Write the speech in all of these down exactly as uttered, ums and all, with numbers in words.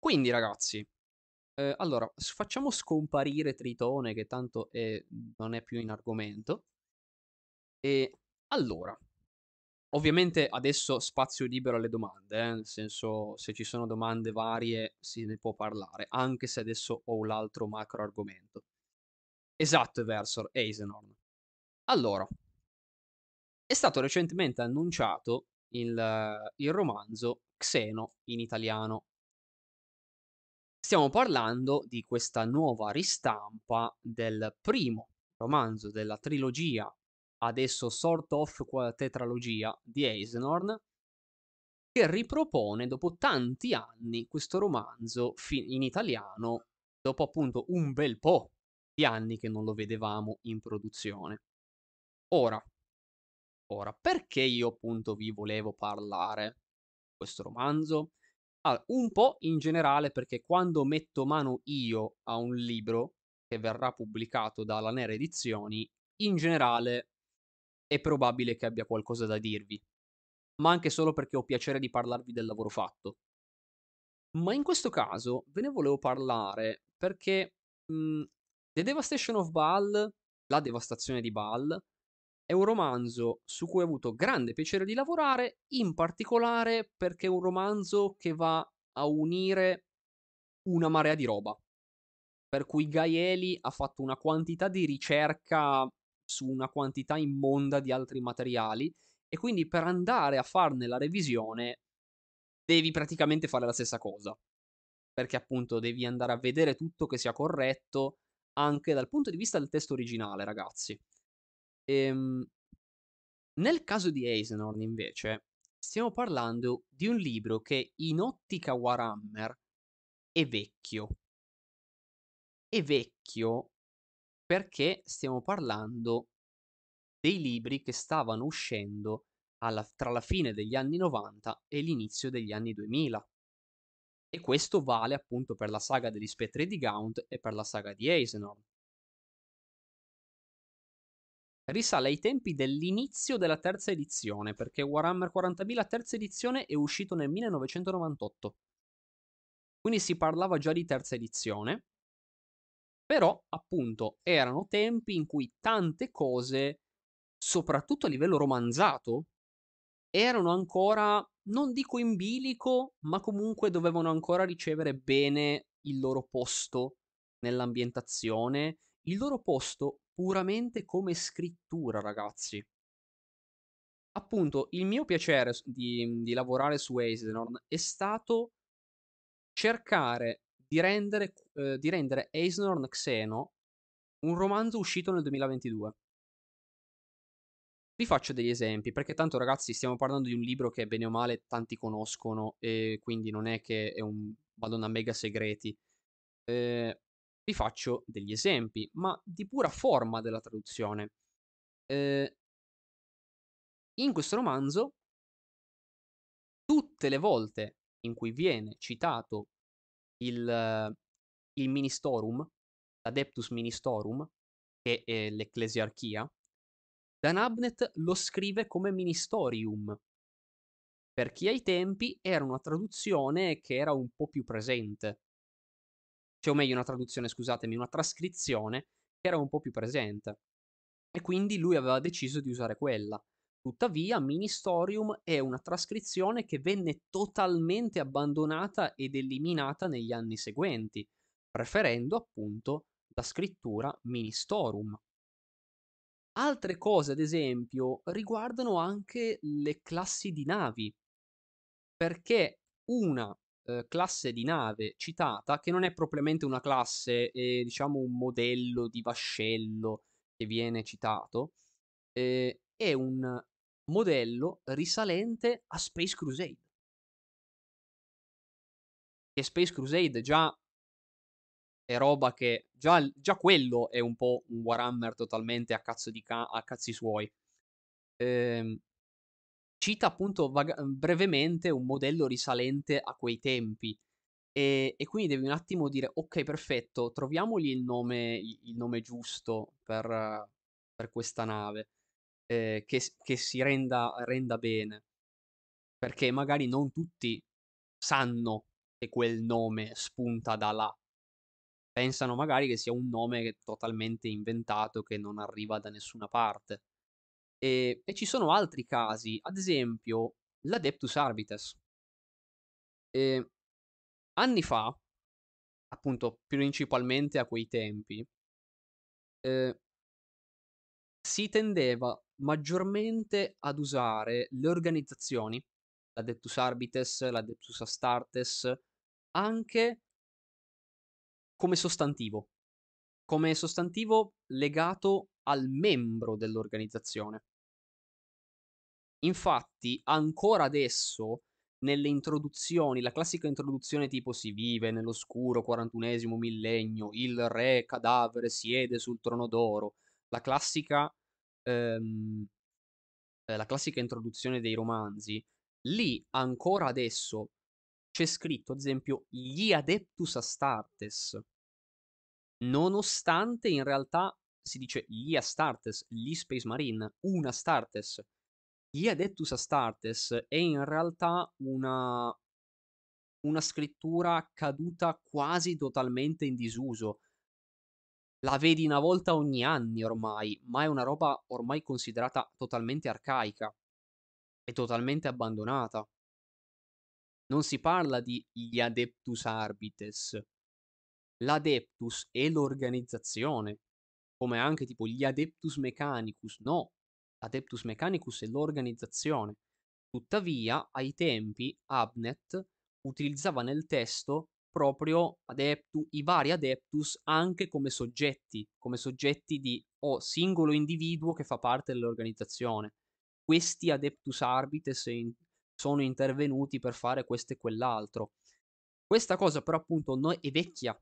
Quindi ragazzi, ehm, allora s facciamo scomparire Tritone che tanto è non è più in argomento. E allora, ovviamente adesso spazio libero alle domande, eh, nel senso, se ci sono domande varie se ne può parlare, anche se adesso ho un altro macro argomento. Esatto, Eversor, Eisenhorn. Allora, è stato recentemente annunciato il il romanzo Xeno in italiano. Stiamo parlando di questa nuova ristampa del primo romanzo della trilogia, adesso sort of qua tetralogia, di Eisenhorn, che ripropone dopo tanti anni questo romanzo fi in italiano, dopo appunto un bel po' di anni che non lo vedevamo in produzione. Ora ora, perché io appunto vi volevo parlare questo romanzo? Allora, un po' in generale perché quando metto mano io a un libro che verrà pubblicato dalla Nera Edizioni, in generale è probabile che abbia qualcosa da dirvi, ma anche solo perché ho piacere di parlarvi del lavoro fatto. Ma in questo caso ve ne volevo parlare perché, mhmm, The Devastation of Baal, La devastazione di Baal, è un romanzo su cui ho avuto grande piacere di lavorare, in particolare perché è un romanzo che va a unire una marea di roba. Per cui Gaeli ha fatto una quantità di ricerca su una quantità immonda di altri materiali e quindi per andare a farne la revisione devi praticamente fare la stessa cosa, perché appunto devi andare a vedere tutto che sia corretto anche dal punto di vista del testo originale, ragazzi. Ehm, Nel caso di Eisenhorn invece stiamo parlando di un libro che in ottica Warhammer è vecchio. È vecchio perché stiamo parlando dei libri che stavano uscendo alla tra la fine degli anni 'novanta e l'inizio degli anni duemila. E questo vale appunto per la saga degli Spettri di Gaunt e per la saga di Eisenhorn. Risale ai tempi dell'inizio della terza edizione, perché Warhammer quarantamila terza edizione è uscito nel millenovecentonovantotto. Quindi si parlava già di terza edizione, però appunto erano tempi in cui tante cose, soprattutto a livello romanzato, erano ancora, non dico in bilico, ma comunque dovevano ancora ricevere bene il loro posto nell'ambientazione, il loro posto puramente come scrittura, ragazzi. Appunto, il mio piacere s di di lavorare su Eisenhorn è stato cercare di rendere q ehm, di rendere Eisenhorn Xeno un romanzo uscito nel duemilaventidue. Vi faccio degli esempi, perché tanto ragazzi stiamo parlando di un libro che bene o male tanti conoscono e quindi non è che è un Madonna mega segreti. Ehm, Vi faccio degli esempi, ma di pura forma della traduzione. Ehm, in questo romanzo, tutte le volte in cui viene citato il il Ministorum, l'Adeptus Ministorum, che è l'ecclesiarchia, Dan Abnett lo scrive come Ministorium. Per chi ai tempi era una traduzione che era un po' più presente. Cioè, o meglio una traduzione, scusatemi, una trascrizione che era un po' più presente. E quindi lui aveva deciso di usare quella. Tuttavia, Ministorium è una trascrizione che venne totalmente abbandonata ed eliminata negli anni seguenti, preferendo appunto la scrittura Ministorum. Altre cose, ad esempio, riguardano anche le classi di navi. Perché una, uhm, classe di nave citata, che non è propriamente una classe, è diciamo un modello di vascello che viene citato, ehm, è un modello risalente a Space Crusade. E Space Crusade già è roba che già l già quello è un po' un Warhammer totalmente a cazzo di ca a cazzi suoi. Ehm Cita appunto vaga uhm, brevemente un modello risalente a quei tempi, ehm, e quindi devi un attimo dire: "Okay, perfetto, troviamogli il nome i il nome giusto per per questa nave, ehm, che s che si renda renda bene." Perché magari non tutti sanno che quel nome spunta da là. Pensano magari che sia un nome che totalmente inventato, che non arriva da nessuna parte. Ehm, e ci sono altri casi, ad esempio l'Adeptus Arbites. Ehm, Anni fa, appunto principalmente a quei tempi, ehm, si tendeva maggiormente ad usare le organizzazioni, l'Adeptus Arbites, l'Adeptus Astartes, anche come sostantivo, come sostantivo legato al membro dell'organizzazione. Infatti, ancora adesso, nelle introduzioni, la classica introduzione tipo "Si vive nell'oscuro quarantunesimo millennio, il re cadavere siede sul trono d'oro", la classica ehm, ehm, la classica introduzione dei romanzi, lì ancora adesso c'è scritto, ad esempio, "Gli Adeptus Astartes", nonostante in realtà si dice "Gli Astartes", gli Space Marine, un Astartes. Gli Adeptus Astartes è in realtà una una scrittura caduta quasi totalmente in disuso. La vedi una volta ogni anni ormai, ma è una roba ormai considerata totalmente arcaica e totalmente abbandonata. Non si parla di gli Adeptus Arbites. L'Adeptus è l'organizzazione, come anche tipo gli Adeptus Mechanicus. No, l'Adeptus Mechanicus è l'organizzazione. Tuttavia, ai tempi, Abnet utilizzava nel testo proprio adeptu i vari adeptus anche come soggetti, come soggetti di o singolo individuo che fa parte dell'organizzazione. Questi adeptus arbites in sono intervenuti per fare questo e quell'altro. Questa cosa però appunto no è vecchia,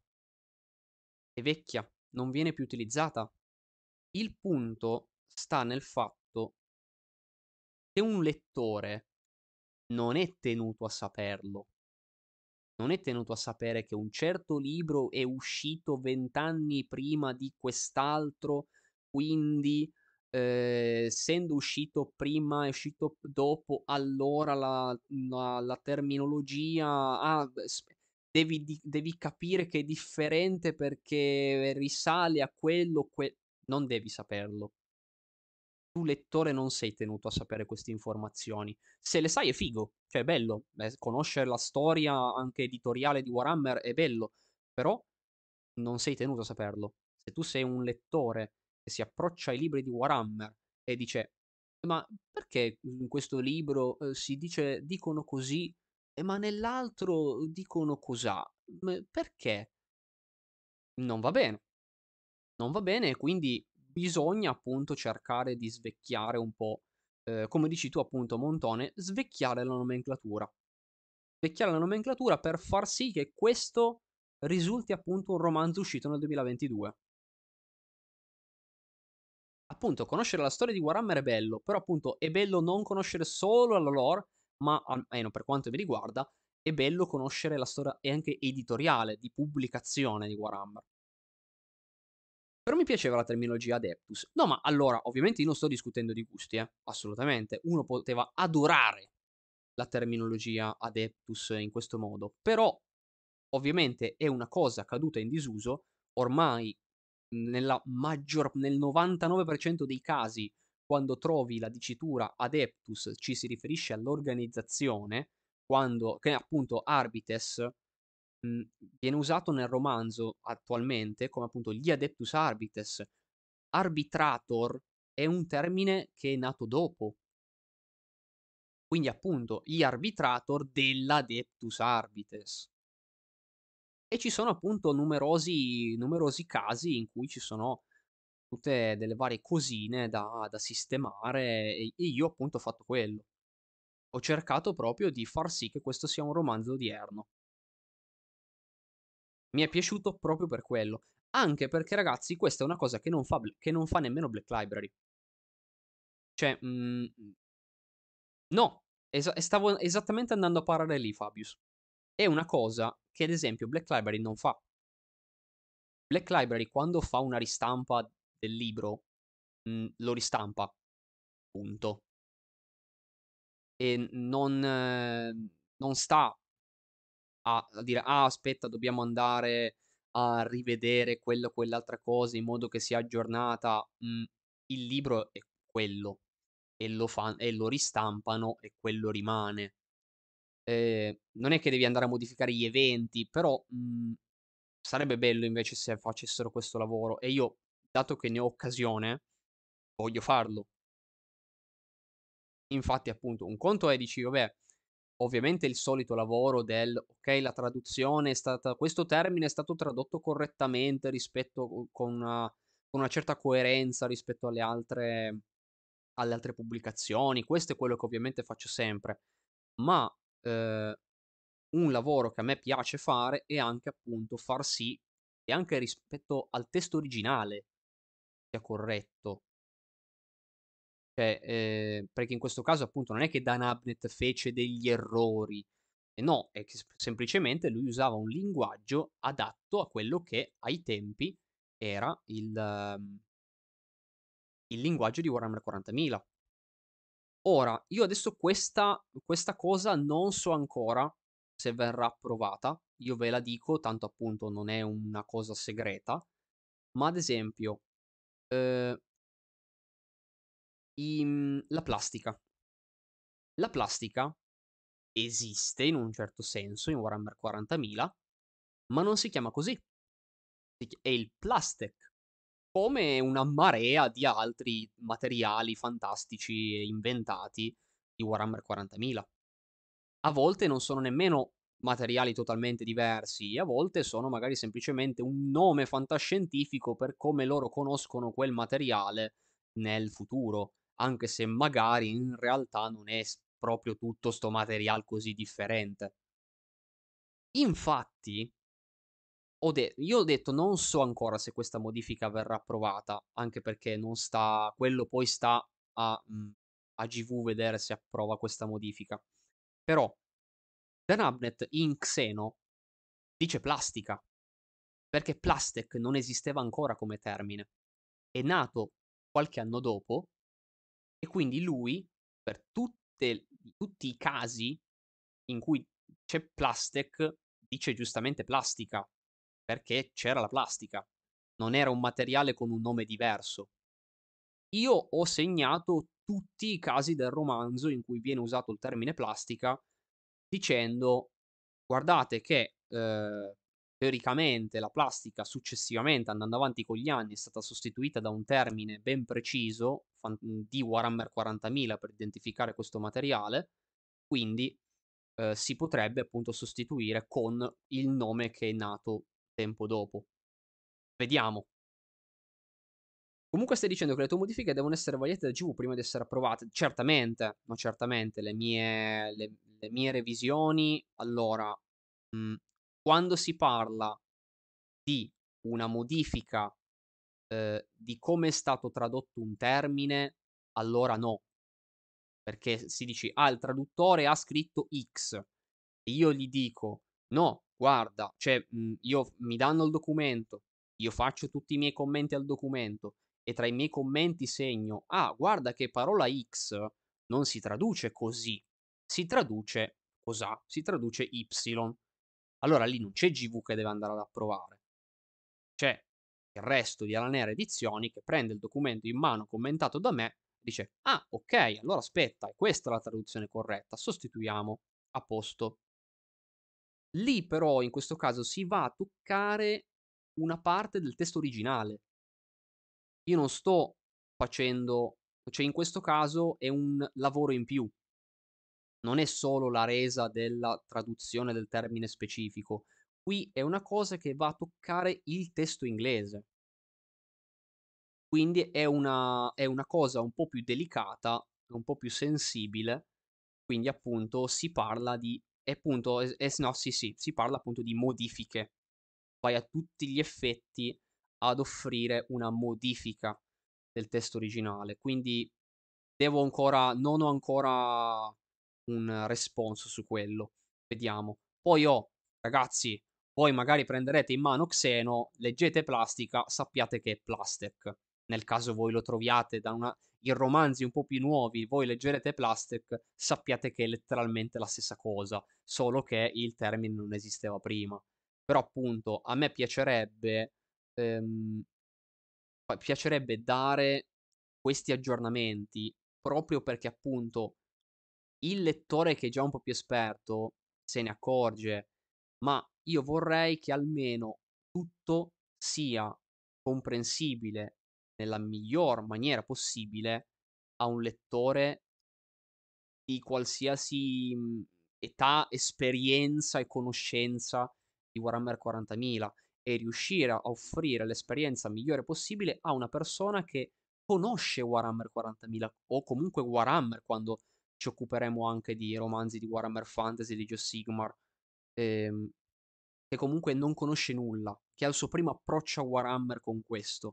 è vecchia, non viene più utilizzata. Il punto sta nel fatto che un lettore non è tenuto a saperlo. Non è tenuto a sapere che un certo libro è uscito venti anni prima di quest'altro, quindi, ehm, essendo uscito prima, è uscito p dopo, allora la la la terminologia ah, beh, s devi di devi capire che è differente perché risale a quello, que non devi saperlo. Tu lettore non sei tenuto a sapere queste informazioni. Se le sai è figo, cioè è bello, eh, conoscere la storia anche editoriale di Warhammer è bello, però non sei tenuto a saperlo. Se tu sei un lettore che si approccia ai libri di Warhammer e dice: "Ma perché in questo libro, uhm, si dice dicono così, e ma nell'altro dicono cosà? M perché?" Non va bene. Non va bene e quindi bisogna appunto cercare di svecchiare un po', ehm, come dici tu appunto Montone, svecchiare la nomenclatura. Svecchiare la nomenclatura per far sì che questo risulti appunto un romanzo uscito nel duemilaventidue. Appunto conoscere la storia di Warhammer è bello, però appunto è bello non conoscere solo la lore, ma almeno per quanto mi riguarda, è bello conoscere la storia e anche editoriale, di pubblicazione di Warhammer. Però mi piaceva la terminologia adeptus. No, ma allora, ovviamente io non sto discutendo di gusti, eh, assolutamente. Uno poteva adorare la terminologia adeptus in questo modo, però ovviamente è una cosa caduta in disuso, ormai nella maggior nel novantanove per cento dei casi, quando trovi la dicitura adeptus ci si riferisce all'organizzazione, quando che appunto arbites Mhmm, viene usato nel romanzo attualmente come appunto gli Adeptus Arbites. Arbitrator è un termine che è nato dopo, quindi appunto gli Arbitrator dell'Adeptus Arbites. E ci sono appunto numerosi numerosi casi in cui ci sono tutte delle varie cosine da da sistemare e e io appunto ho fatto quello. Ho cercato proprio di far sì che questo sia un romanzo odierno. Mi è piaciuto proprio per quello. Anche perché ragazzi questa è una cosa che non fa Bl che non fa nemmeno Black Library. Cioè, mhmm, no, esa e stavo esattamente andando a parare lì Fabius. È una cosa che ad esempio Black Library non fa. Black Library quando fa una ristampa del libro, mhmm, lo ristampa, punto. E n non non sta a a dire: "Ah, aspetta, dobbiamo andare a rivedere quello o quell'altra cosa in modo che sia aggiornata." Mhmm, il libro è quello e lo fan e lo ristampano e quello rimane. Ehm, non è che devi andare a modificare gli eventi, però, mhmm, sarebbe bello invece se facessero questo lavoro e io, dato che ne ho occasione, voglio farlo. Infatti appunto un conto è dici: "Vabbè, ovviamente il solito lavoro del: okay, la traduzione è stata questo termine è stato tradotto correttamente rispetto u con una con una certa coerenza rispetto alle altre alle altre pubblicazioni." Questo è quello che ovviamente faccio sempre, ma, ehm, un lavoro che a me piace fare è anche appunto far sì che anche rispetto al testo originale sia corretto. Cioè, ehm, perché in questo caso appunto non è che Dan Abnett fece degli errori, e no, è che s semplicemente lui usava un linguaggio adatto a quello che ai tempi era il mhmm, il linguaggio di Warhammer quarantamila. Ora, io adesso questa questa cosa non so ancora se verrà approvata, io ve la dico, tanto appunto non è una cosa segreta, ma ad esempio, ehm, i mhmm, la plastica. La plastica esiste in un certo senso in Warhammer quarantamila, ma non si chiama così. Si chi è il Plastek, come una marea di altri materiali fantastici e inventati di Warhammer quarantamila. A volte non sono nemmeno materiali totalmente diversi, a volte sono magari semplicemente un nome fantascientifico per come loro conoscono quel materiale nel futuro, anche se magari in realtà non è s proprio tutto 'sto material così differente. Infatti ho de io ho detto: "Non so ancora se questa modifica verrà approvata", anche perché non sta quello poi sta a mhmm, a G V vedere se approva questa modifica. Però Dan Abnett in Xeno dice plastica, perché Plastek non esisteva ancora come termine. È nato qualche anno dopo e quindi lui, per tutte tutti i casi in cui c'è Plastek, dice giustamente plastica, perché c'era la plastica. Non era un materiale con un nome diverso. Io ho segnato tutti i casi del romanzo in cui viene usato il termine plastica, dicendo: "Guardate che, ehm, teoricamente la plastica successivamente, andando avanti con gli anni, è stata sostituita da un termine ben preciso, fan mhmm, di Warhammer quarantamila per identificare questo materiale, quindi, ehm, si potrebbe appunto sostituire con il nome che è nato tempo dopo. Vediamo." Comunque stai dicendo che le tue modifiche devono essere vagliate da G V prima di essere approvate. Certamente, ma certamente le mie le le mie revisioni allora, mhmm, quando si parla di una modifica, ehm, di come è stato tradotto un termine, allora no, perché si dici: "Ah, il traduttore ha scritto X." E io gli dico: "No, guarda, cioè, mhmm, io f mi danno il documento, io faccio tutti i miei commenti al documento e tra i miei commenti segno: "Ah, guarda che parola X non si traduce così, si traduce cosà, si traduce Y." Allora lì non c'è G V che deve andare ad approvare, c'è il resto di Alanera Edizioni che prende il documento in mano commentato da me, dice: "Ah, okay, allora aspetta, è questa la traduzione corretta, sostituiamo, a posto." Lì però, in questo caso, si va a toccare una parte del testo originale. Io non sto facendo cioè in questo caso è un lavoro in più, non è solo la resa della traduzione del termine specifico. Qui è una cosa che va a toccare il testo inglese. Quindi è una è una cosa un po' più delicata, un po' più sensibile, quindi appunto si parla di e appunto es es no, sì, sì, si parla appunto di modifiche. Vai a tutti gli effetti ad offrire una modifica del testo originale. Quindi devo ancora non ho ancora un responso su quello. Vediamo. Poi oh, ragazzi, voi magari prenderete in mano Xeno, leggete Plastica, sappiate che è Plastek. Nel caso voi lo troviate da una i romanzi un po' più nuovi, voi leggerete Plastic, sappiate che è letteralmente la stessa cosa, solo che il termine non esisteva prima. Però appunto a me piacerebbe ehm, pa piacerebbe dare questi aggiornamenti, proprio perché appunto il lettore che è già un po' più esperto se ne accorge, ma io vorrei che almeno tutto sia comprensibile nella miglior maniera possibile a un lettore di qualsiasi, mhmm, età, esperienza e conoscenza di Warhammer quarantamila e riuscire a offrire l'esperienza migliore possibile a una persona che conosce Warhammer quarantamila o comunque Warhammer quando ci occuperemo anche di romanzi di Warhammer Fantasy, di Age of Sigmar, ehm, che comunque non conosce nulla, che ha il suo primo approccio a Warhammer con questo.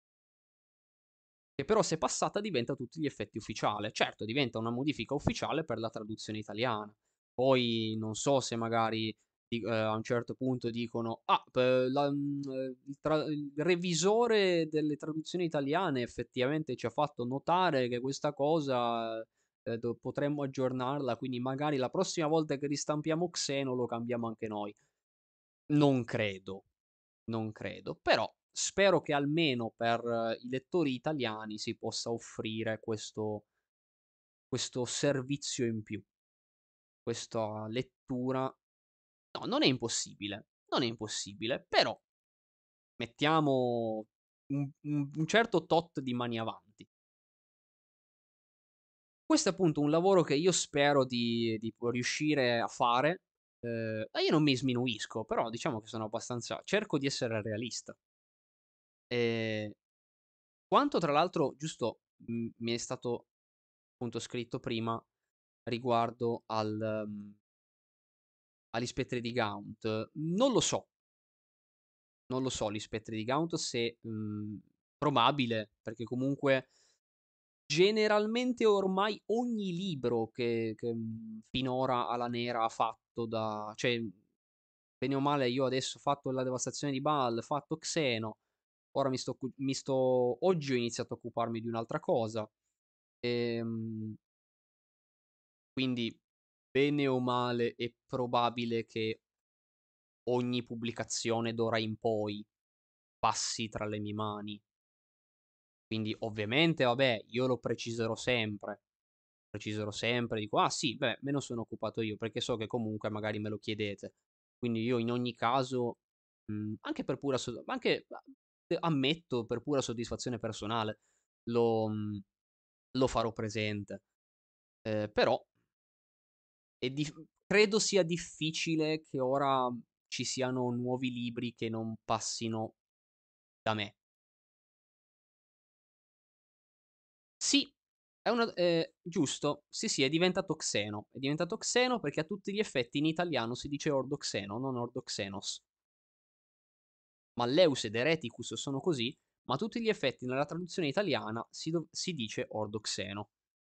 Che però se passata diventa a tutti gli effetti ufficiale. Certo, diventa una modifica ufficiale per la traduzione italiana. Poi non so se magari di ehm, a un certo punto dicono: "Ah, p la mhmm, ehm, il tra il revisore delle traduzioni italiane effettivamente ci ha fatto notare che questa cosa, ehm, do potremmo aggiornarla, quindi magari la prossima volta che ristampiamo Xeno lo cambiamo anche noi." Non credo. Non credo, però spero che almeno per eh, i lettori italiani si possa offrire questo questo servizio in più, questa lettura no, non è impossibile, non è impossibile, però mettiamo un un un certo tot di mani avanti. Questo è appunto un lavoro che io spero di di po riuscire a fare, ehm, e io non mi sminuisco, però diciamo che sono abbastanza cerco di essere realista. Ehm Quanto tra l'altro, giusto, mhmm, mi è stato appunto scritto prima riguardo al mhmm, agli spettri di Gaunt, non lo so, non lo so gli spettri di Gaunt se mhmm, probabile, perché comunque generalmente ormai ogni libro che che, mhmm, finora Ala Nera ha fatto da cioè, bene o male io adesso ho fatto la devastazione di Baal, fatto Xeno, ora mi sto occu mi sto oggi ho iniziato a occuparmi di un'altra cosa, ehm quindi, bene o male, è probabile che ogni pubblicazione d'ora in poi passi tra le mie mani. Quindi, ovviamente, vabbè, io lo preciserò sempre. Preciserò sempre, dico: "Ah sì, beh, me ne sono occupato io", perché so che comunque magari me lo chiedete. Quindi io in ogni caso, mhmm, anche per pura so anche a ehm, ammetto per pura soddisfazione personale, lo mhmm, lo farò presente. Ehm, però È dif credo sia difficile che ora ci siano nuovi libri che non passino da me. Sì, è una ehm, giusto, sì, sì, è diventato Xeno. È diventato Xeno perché a tutti gli effetti in italiano si dice Ordo Xeno, non Ordo Xenos. Malleus ed Hereticus sono così, ma a tutti gli effetti nella traduzione italiana si dov si dice Ordo Xeno.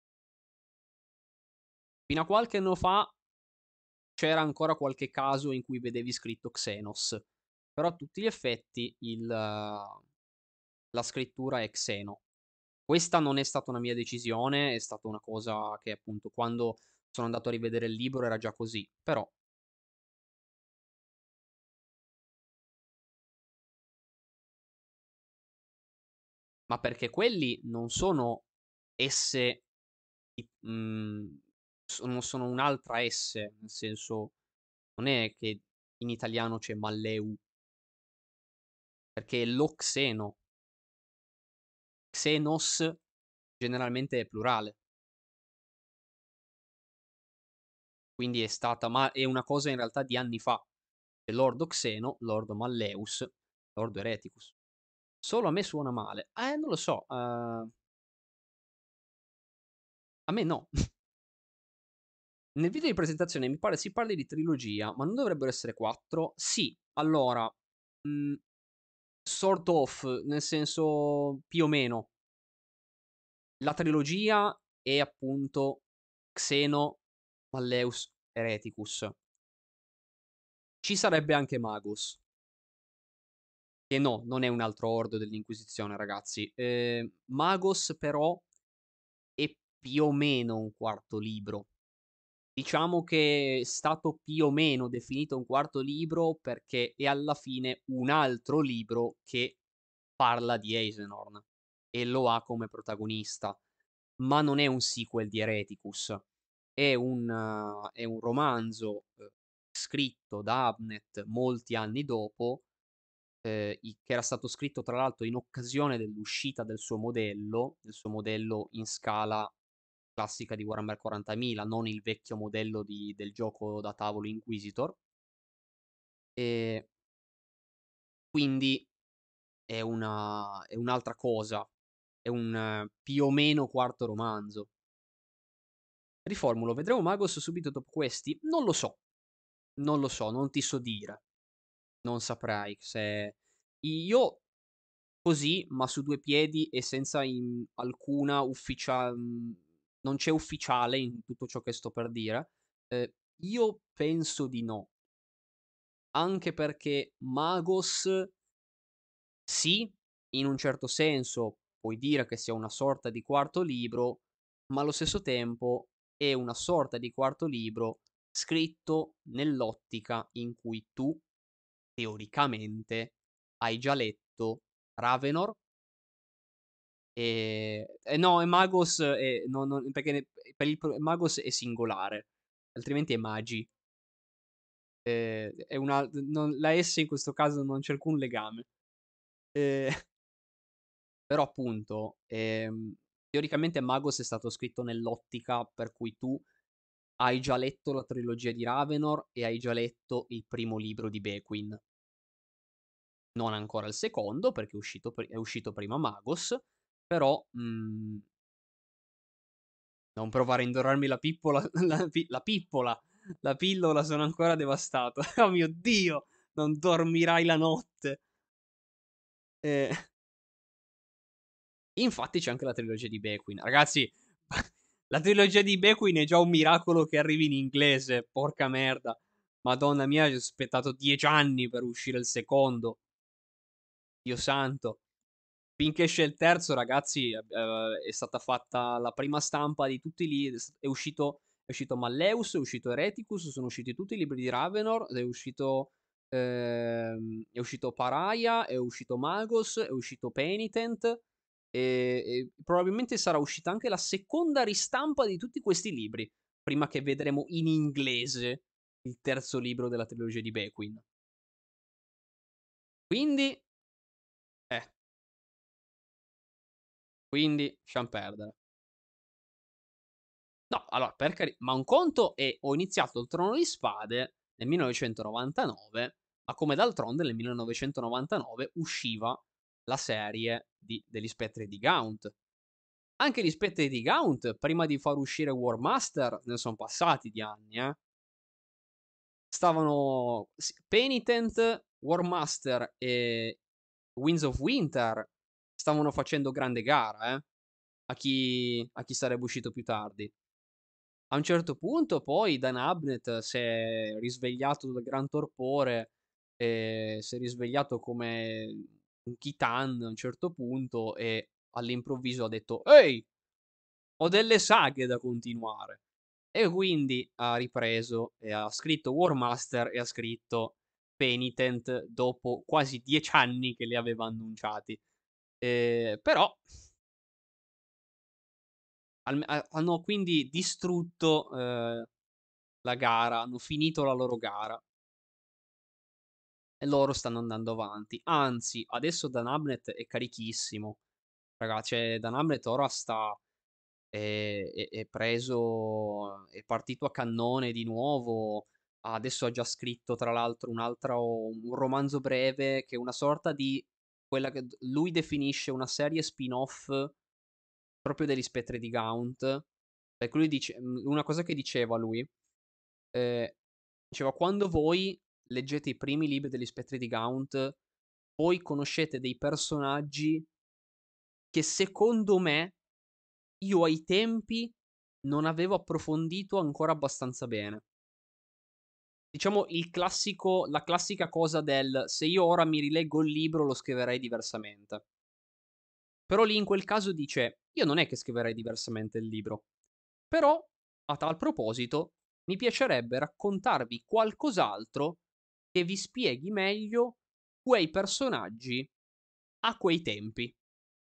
Fino a qualche anno fa c'era ancora qualche caso in cui vedevi scritto Xenos, però a tutti gli effetti il la scrittura è Xeno. Questa non è stata una mia decisione, è stata una cosa che appunto quando sono andato a rivedere il libro era già così, però ma perché quelli non sono S i mhmm, sono sono un'altra S, nel senso non è che in italiano c'è Malleu, perché è lo Xeno. Xenos generalmente è plurale, quindi è stata ma è una cosa in realtà di anni fa. C'è Lordo Xeno, Lordo Malleus, Lordo Hereticus. Solo a me suona male. Eh, non lo so, uhm, a me no. Nel video di presentazione mi pare si parli di trilogia, ma non dovrebbero essere quattro? Sì, allora, mhmm, sort of, nel senso più o meno. La trilogia è appunto Xeno, Malleus, Hereticus. Ci sarebbe anche Magus, che no, non è un altro ordo dell'Inquisizione ragazzi. Ehm, Magos però più o meno un quarto libro. Diciamo che è stato più o meno definito un quarto libro perché è alla fine un altro libro che parla di Eisenhorn e lo ha come protagonista, ma non è un sequel di Hereticus. È un eh, è un romanzo, uhm, scritto da Abnett molti anni dopo, ehm, i che era stato scritto tra l'altro in occasione dell'uscita del suo modello, del suo modello in scala classica di Warhammer quarantamila, non il vecchio modello di del gioco da tavolo Inquisitor. Ehm, quindi è una è un'altra cosa, è un eh, più o meno quarto romanzo. Riformulo, vedremo Magos subito dopo questi? Non lo so, non lo so, non ti so dire. Non saprei se io così, ma su due piedi e senza in alcuna ufficia mhmm, non c'è ufficiale in tutto ciò che sto per dire, ehm, io penso di no. Anche perché Magos sì, in un certo senso puoi dire che sia una sorta di quarto libro, ma allo stesso tempo è una sorta di quarto libro scritto nell'ottica in cui tu, teoricamente, hai già letto Ravenor. Ehm, eh no, e Magos è no non perché ne per il pro Magos è singolare, altrimenti è Magi. Ehm, è una non la S in questo caso non c'è alcun legame. Ehm, però appunto, ehm, teoricamente Magos è stato scritto nell'ottica per cui tu hai già letto la trilogia di Ravenor e hai già letto il primo libro di Bekuin. Non ancora il secondo, perché è uscito pri è uscito prima Magos, però, mhmm non provare a indorarmi la pippola la pi la pippola, la pillola, sono ancora devastato. Oh mio Dio, non dormirai la notte. Ehm, infatti c'è anche la trilogia di Bekuin. Ragazzi, la trilogia di Bekuin è già un miracolo che arrivi in inglese, porca merda. Madonna mia, ci ho aspettato dieci anni per uscire il secondo. Dio santo. Finché esce il terzo ragazzi, ehm, è stata fatta la prima stampa di tutti i li è s è uscito è uscito Malleus, è uscito Hereticus, sono usciti tutti i libri di Ravenor, ed è uscito ehm, è uscito Pariah, è uscito Magos, è uscito Penitent, e e probabilmente sarà uscita anche la seconda ristampa di tutti questi libri, prima che vedremo in inglese il terzo libro della trilogia di Bekuin. Quindi eh, quindi lasciam perdere. No, allora per cari ma un conto è ho iniziato il Trono di Spade nel millenovecentonovantanove, ma come d'altronde nel millenovecentonovantanove usciva la serie di degli Spettri di Gaunt. Anche gli Spettri di Gaunt, prima di far uscire War Master, ne son passati di anni, eh. Stavano s Penitent, War Master e Winds of Winter stavano facendo grande gara, eh, a chi a chi sarebbe uscito più tardi. A un certo punto poi Dan Abnett s'è risvegliato dal gran torpore, ehm, si è risvegliato come un Khitan a un certo punto e all'improvviso ha detto: "Ehi, ho delle saghe da continuare." E quindi ha ripreso e ha scritto War Master e ha scritto Penitent dopo quasi dieci anni che li aveva annunciati. Ehm, però alm ha hanno quindi distrutto, ehm la gara, hanno finito la loro gara e loro stanno andando avanti. Anzi, adesso Dan Abnett è carichissimo. Raga, cioè Dan Abnett ora sta è è è preso è partito a cannone di nuovo. Adesso ha già scritto tra l'altro un altro un romanzo breve che è una sorta di quella che d lui definisce una serie spin-off proprio degli Spettri di Gaunt. Perché lui dice mhmm, una cosa che diceva lui, ehm diceva: "Quando voi leggete i primi libri degli Spettri di Gaunt, voi conoscete dei personaggi che secondo me io ai tempi non avevo approfondito ancora abbastanza bene." Diciamo il classico la classica cosa del: "Se io ora mi rileggo il libro lo scriverei diversamente." Però lì in quel caso dice: "Io non è che scriverei diversamente il libro, però a tal proposito mi piacerebbe raccontarvi qualcos'altro che vi spieghi meglio quei personaggi a quei tempi".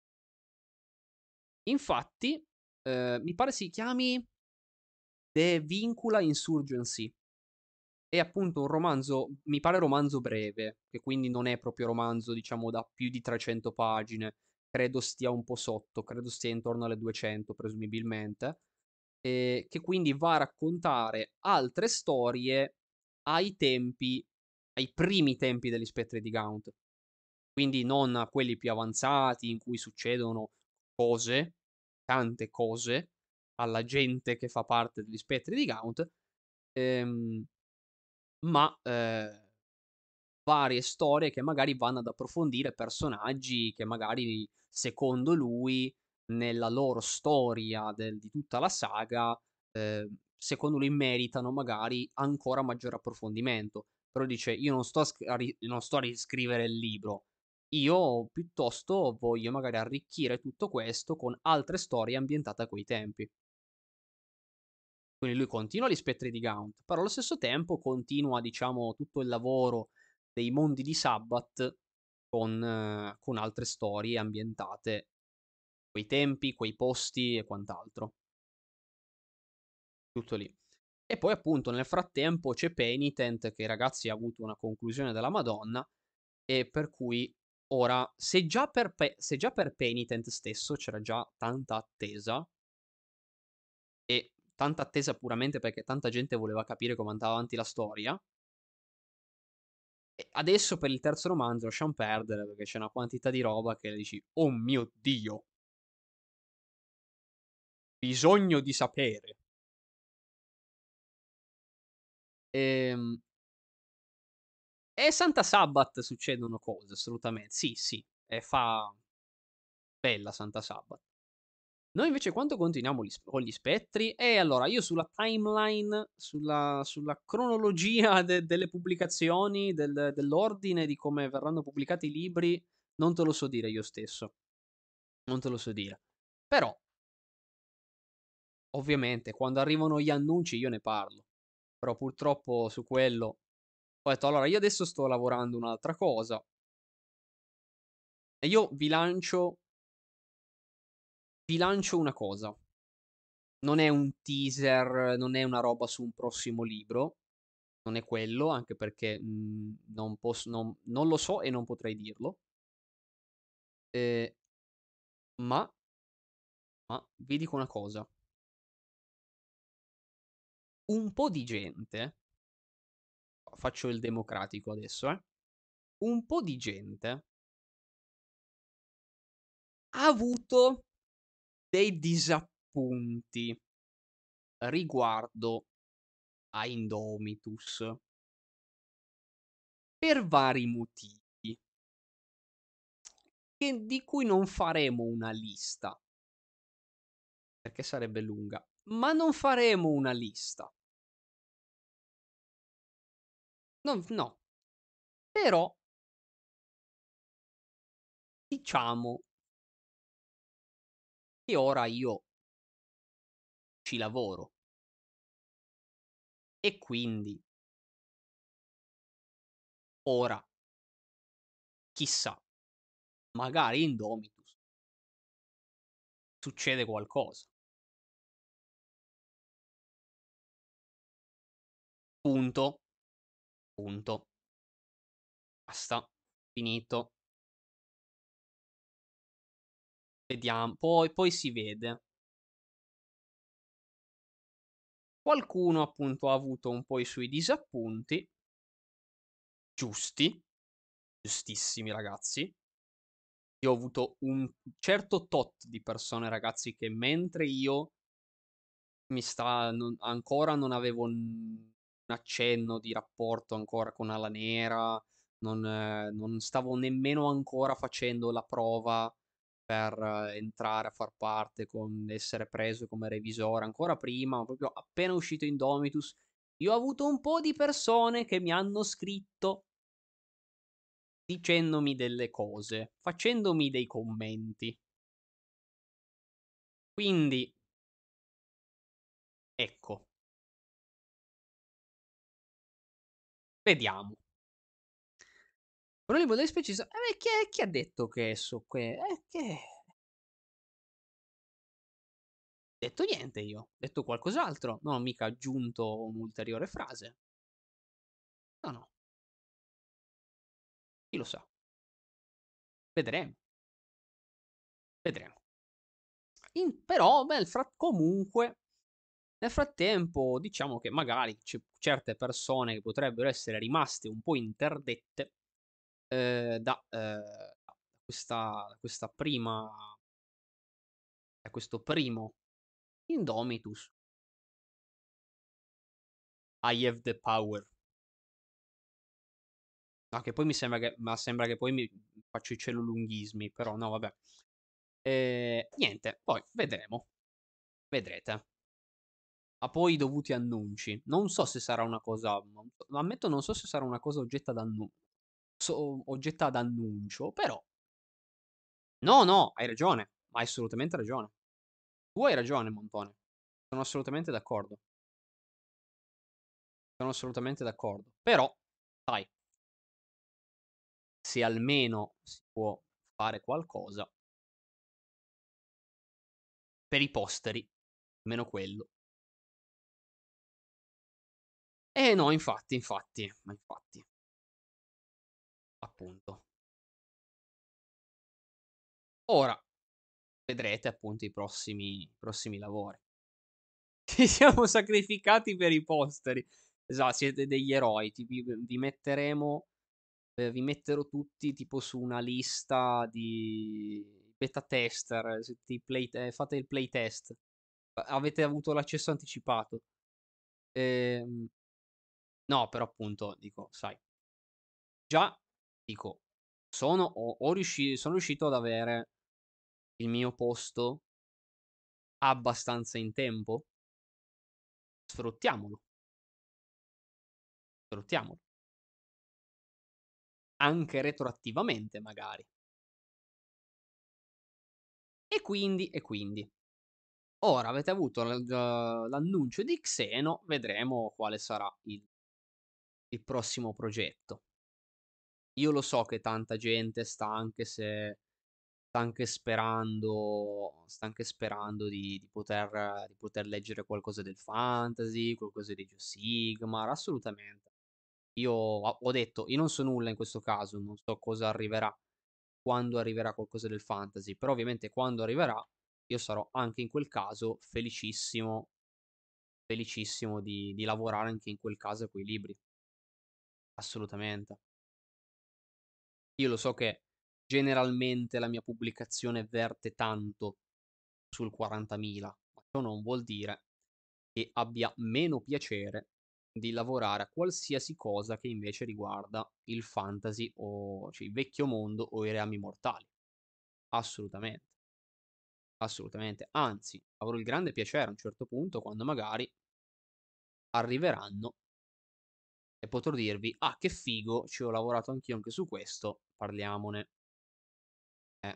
Infatti, ehm, mi pare si chiami De Vincula Insurgency. È appunto un romanzo, mi pare romanzo breve, che quindi non è proprio romanzo, diciamo, da più di trecento pagine. Credo stia un po' sotto, credo stia intorno alle duecento presumibilmente, ehm, che quindi va a raccontare altre storie ai tempi ai primi tempi degli Spettri di Gaunt. Quindi non a quelli più avanzati in cui succedono cose, tante cose, alla gente che fa parte degli Spettri di Gaunt, ehm, ma, ehm varie storie che magari vanno ad approfondire personaggi che magari, secondo lui, nella loro storia del di tutta la saga, ehm, secondo lui meritano magari ancora maggiore approfondimento. Però dice: "Io non sto a sc a ri non sto a riscrivere il libro. Io piuttosto voglio magari arricchire tutto questo con altre storie ambientate a quei tempi". Quindi lui continua gli Spettri di Gaunt, però allo stesso tempo continua, diciamo, tutto il lavoro dei mondi di Sabbath con, eh, con altre storie ambientate quei tempi, quei posti e quant'altro. Tutto lì. E poi appunto nel frattempo c'è Penitent che, ragazzi, ha avuto una conclusione della Madonna, e per cui ora, se già per, Pe- se già per Penitent stesso c'era già tanta attesa, e tanta attesa puramente perché tanta gente voleva capire come andava avanti la storia. E adesso per il terzo romanzo lasciam perdere, perché c'è una quantità di roba che dici: "Oh mio Dio, bisogno di sapere". Ehm, e Santa Sabbath succedono cose, assolutamen sì, sì, e fa bella Santa Sabbath. Noi invece quando continuiamo gli sp con gli spettri, eh, allora io sulla timeline, sulla sulla cronologia de delle pubblicazioni, del dell'ordine di come verranno pubblicati i libri, non te lo so dire io stesso, non te lo so dire. Però, ovviamente, quando arrivano gli annunci io ne parlo, però purtroppo su quello ho detto: "Allora io adesso sto lavorando un'altra cosa e io vi lancio vi lancio una cosa, non è un teaser, non è una roba su un prossimo libro, non è quello, anche perché, mhmm, non posso non non lo so e non potrei dirlo, ehm, ma ma vi dico una cosa, un po' di gente, faccio il democratico adesso, eh, un po' di gente ha avuto dei disappunti riguardo a Indomitus per vari motivi, che di cui non faremo una lista, perché sarebbe lunga, ma non faremo una lista. Non f no, però diciamo che ora io ci lavoro e quindi ora, chissà, magari Indomitus succede qualcosa. Punto, punto, basta, finito. Vediam poi poi si vede. Qualcuno appunto ha avuto un po' i suoi disappunti, giusti, giustissimi ragazzi. Io ho avuto un certo tot di persone, ragazzi, che mentre io mi sta non ancora non avevo un un accenno di rapporto ancora con Ala Nera, non eh, non stavo nemmeno ancora facendo la prova per eh, entrare a far parte, con essere preso come revisore, ancora prima, proprio appena uscito Indomitus, io ho avuto un po' di persone che mi hanno scritto dicendomi delle cose, facendomi dei commenti. Quindi ecco, vediamo. Con un libro delle specie sa eh, chi è chi ha detto che so che eh, che detto niente io, ho detto qualcos'altro, non ho mica aggiunto un'ulteriore frase. No, no, chi lo sa. Vedremo, vedremo. In però nel fra comunque, nel frattempo diciamo che magari ce certe persone che potrebbero essere rimaste un po' interdette, ehm, da, ehm, da questa da questa prima da questo primo Indomitus, I have the power. No, che poi mi sembra che ma sembra che poi mi faccio i celulunghismi, però no vabbè. Ehm, niente, poi vedremo, vedrete. Ha poi i dovuti annunci. Non so se sarà una cosa non so ammetto non so se sarà una cosa oggetta d'annu so oggetta ad annuncio, però no, no, hai ragione, hai assolutamente ragione. Tu hai ragione Montone. Sono assolutamente d'accordo, sono assolutamente d'accordo. Però, sai, se almeno si può fare qualcosa per i posteri, almeno quello. Eh no, infatti, infatti, ma infatti, appunto. Ora vedrete appunto i prossimi i prossimi lavori. Ci siamo sacrificati per i posteri. Esa siete degli eroi, ti vi vi metteremo ehm, vi metterò tutti tipo su una lista di beta tester, s ti play te fate il playtest. A avete avuto l'accesso anticipato. Ehm, no, però appunto dico, sai, già dico, sono ho ho riusci sono riuscito ad avere il mio posto abbastanza in tempo? Sfruttiamolo, sfruttiamolo. Anche retroattivamente magari. E quindi e quindi. Ora avete avuto l g l'annuncio di Xeno, vedremo quale sarà il il prossimo progetto. Io lo so che tanta gente sta anche se sta anche sperando sta anche sperando di di poter di poter leggere qualcosa del fantasy, qualcosa di Age of Sigmar, assolutamente. Io ho ho detto: "Io non so nulla in questo caso, non so cosa arriverà, quando arriverà qualcosa del fantasy", però ovviamente quando arriverà io sarò anche in quel caso felicissimo, felicissimo di di lavorare anche in quel caso a quei libri, assolutamente. Io lo so che generalmente la mia pubblicazione verte tanto sul quarantamila, ma ciò non vuol dire che abbia meno piacere di lavorare a qualsiasi cosa che invece riguarda il fantasy o cioè il vecchio mondo o i reami mortali. Assolutamente, assolutamente. Anzi, avrò il grande piacere a un certo punto quando magari arriveranno e potrò dirvi: "Ah, che figo, ci ho lavorato anch'io anche su questo, parliamone". Eh,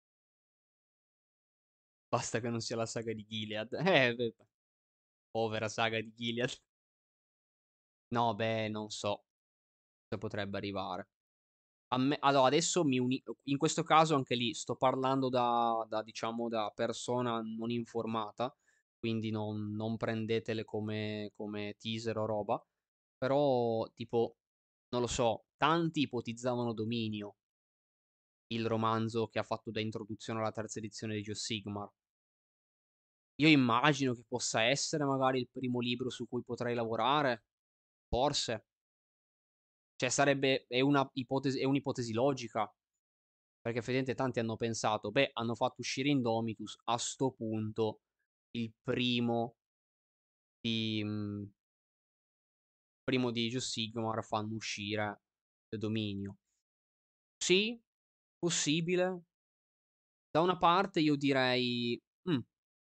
basta che non sia la saga di Gilead. Eh, beh, povera saga di Gilead. No, beh, non so se potrebbe arrivare. A me allora adesso mi uni in questo caso anche lì sto parlando da da diciamo da persona non informata, quindi non non prendetele come come teaser o roba, però tipo, non lo so, tanti ipotizzavano Dominio, il romanzo che ha fatto da introduzione alla terza edizione di Age of Sigmar. Io immagino che possa essere magari il primo libro su cui potrei lavorare, forse. Cioè sarebbe è una ipotesi è un'ipotesi logica. Perché effettivamente tanti hanno pensato: "Beh, hanno fatto uscire Indomitus, a 'sto punto il primo di mhmm, primo di Age of Sigmar fanno uscire Dominio". Sì, possibile. Da una parte io direi: "Mh,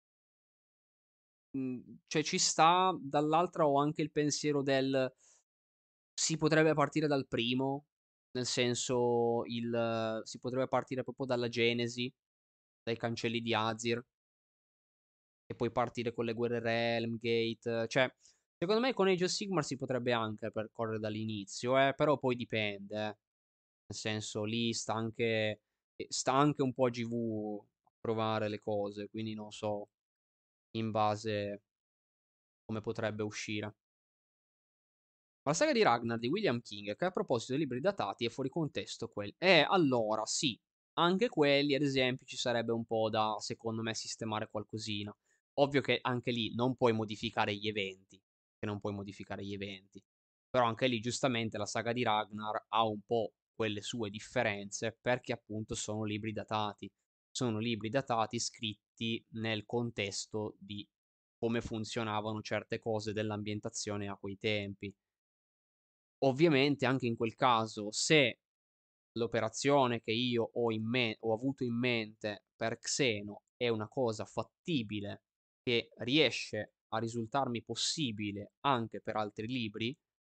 mhmm, cioè ci sta", dall'altra ho anche il pensiero del: si potrebbe partire dal primo, nel senso il si potrebbe partire proprio dalla genesi, dai cancelli di Azir. e poi partire con le guerre Realmgate. Cioè, secondo me con Age of Sigmar si potrebbe anche percorrere dall'inizio, eh, però poi dipende, eh. Nel senso, lì sta anche ehm, sta anche un po' a G V a provare le cose, quindi non so in base come potrebbe uscire. Ma la saga di Ragnar di William King, che a proposito dei libri datati è fuori contesto quel eh, allora sì, anche quelli ad esempio ci sarebbe un po' da, secondo me, sistemare qualcosina. Ovvio che anche lì non puoi modificare gli eventi, che non puoi modificare gli eventi. Però anche lì giustamente la saga di Ragnar ha un po' quelle sue differenze perché appunto sono libri datati. Sono libri datati scritti nel contesto di come funzionavano certe cose dell'ambientazione a quei tempi. Ovviamente anche in quel caso, se l'operazione che io ho in me ho avuto in mente per Xeno è una cosa fattibile, che riesce a risultarmi possibile anche per altri libri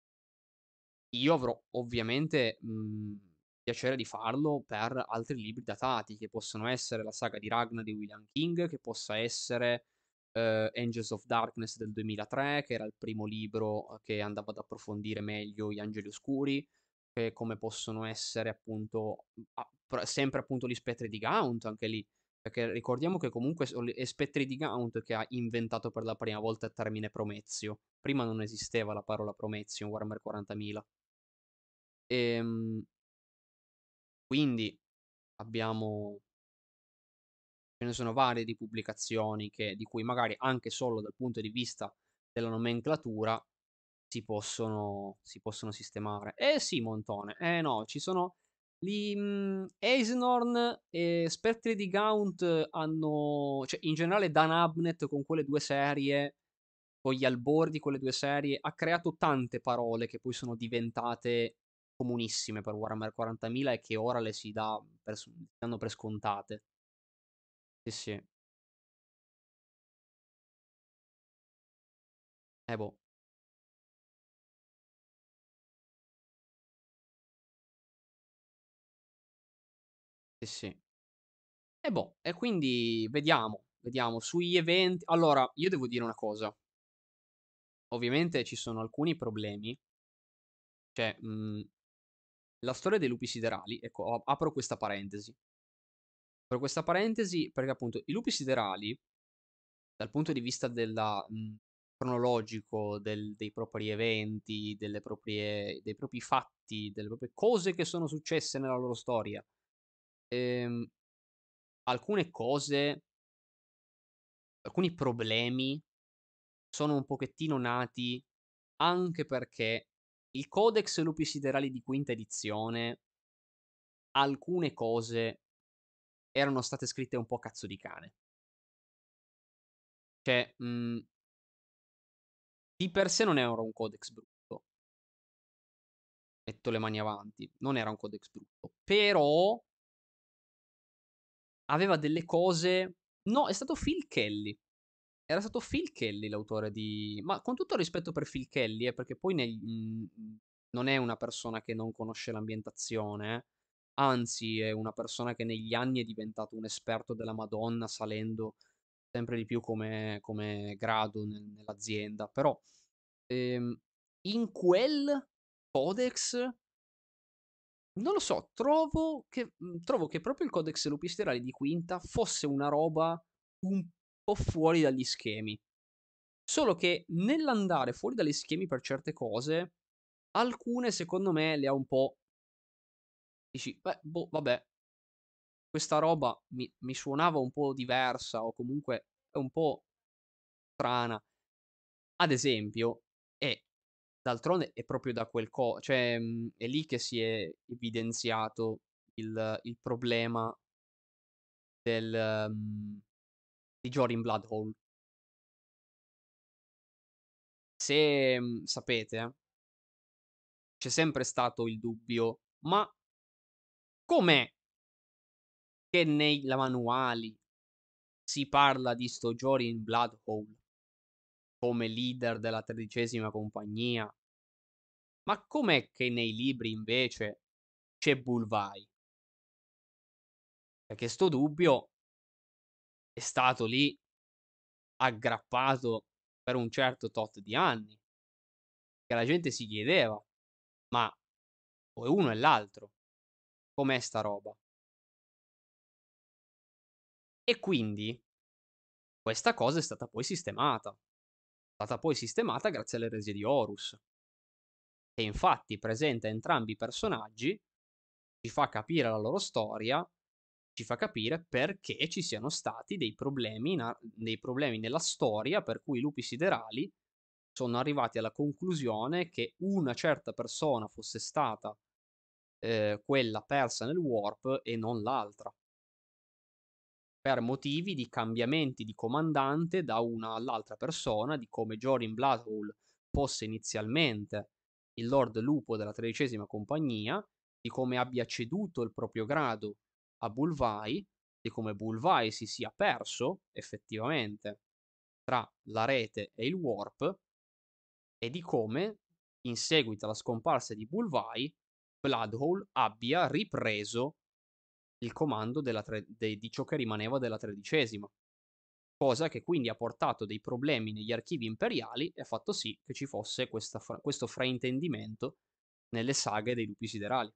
io avrò ovviamente, mhmm, piacere di farlo per altri libri datati, che possono essere la saga di Ragnar di William King, che possa essere, ehm, Angels of Darkness del duemilatré, che era il primo libro, uhm, che andava ad approfondire meglio gli angeli oscuri, e come possono essere appunto, mhmm, a pr sempre appunto gli spettri di Gaunt, anche lì, perché ricordiamo che comunque son le è Spettri di Gaunt che ha inventato per la prima volta il termine Promezio. Prima non esisteva la parola Promezio in Warhammer quarantamila. Ehm, quindi abbiamo ce ne sono varie di pubblicazioni che di cui magari anche solo dal punto di vista della nomenclatura si possono si possono sistemare. Eh sì, Montone, eh no, ci sono li mhmm, Eisnorn e Spettri di Gaunt hanno cioè in generale Dan Abnett con quelle due serie, con gli albori di quelle due serie, ha creato tante parole che poi sono diventate comunissime per Warhammer quarantamila e che ora le si dà per s si danno per scontate. Sì, sì. Eh boh, sì, sì. E boh, e quindi vediamo, vediamo. Sugli eventi allora, io devo dire una cosa, ovviamente ci sono alcuni problemi, cioè, mhmm, la storia dei lupi siderali ecco, a apro questa parentesi. Apro questa parentesi perché appunto i lupi siderali, dal punto di vista della mhmm, cronologico del dei propri eventi, delle proprie dei propri fatti, delle proprie cose che sono successe nella loro storia, ehm, alcune cose alcuni problemi sono un pochettino nati anche perché il Codex Lupi Siderali di quinta edizione, alcune cose erano state scritte un po' a cazzo di cane. Cioè, mhmm, di per sé non era un codex brutto, metto le mani avanti, non era un codex brutto, però aveva delle cose no, è stato Phil Kelly. Era stato Phil Kelly l'autore di ma con tutto il rispetto per Phil Kelly, eh, perché poi neg mhmm, mhmm, non è una persona che non conosce l'ambientazione, eh, anzi è una persona che negli anni è diventato un esperto della Madonna, salendo sempre di più come come grado nel nell'azienda. Però, ehm, in quel codex non lo so, trovo che mhmm, trovo che proprio il Codex Lupisterali di quinta fosse una roba un po' fuori dagli schemi. Solo che nell'andare fuori dagli schemi per certe cose, alcune secondo me le ha un po' dici: "Beh, boh, vabbè, questa roba mi mi suonava un po' diversa o comunque è un po' strana". Ad esempio e d'altronde è proprio da quel co cioè, mhmm, è lì che si è evidenziato il il problema del mhmm, di Joryn Bloodhole. Se, mhmm, sapete, c'è sempre stato il dubbio: ma com'è che nei la manuali si parla di sto Joryn Bloodhole come leader della tredicesima compagnia, ma com'è che nei libri invece c'è Bulvai? Perché sto dubbio è stato lì aggrappato per un certo tot di anni, che la gente si chiedeva: "Ma o è uno e l'altro, com'è sta roba?" E quindi questa cosa è stata poi sistemata. È stata poi sistemata grazie all'eresia di Horus, che infatti presenta entrambi i personaggi, ci fa capire la loro storia, ci fa capire perché ci siano stati dei problemi in a dei problemi nella storia per cui i lupi siderali sono arrivati alla conclusione che una certa persona fosse stata, ehm, quella persa nel warp e non l'altra, per motivi di cambiamenti di comandante da una all'altra persona, di come Jorin Bloodhole fosse inizialmente il Lord Lupo della tredicesima compagnia, di come abbia ceduto il proprio grado a Bulvai, di come Bulvai si sia perso effettivamente tra la rete e il warp e di come, in seguito alla scomparsa di Bulvai, Bloodhole abbia ripreso il comando della tre- de- di ciò che rimaneva della tredicesima. Cosa che quindi ha portato dei problemi negli archivi imperiali e ha fatto sì che ci fosse questa fra- questo fraintendimento nelle saghe dei lupi siderali.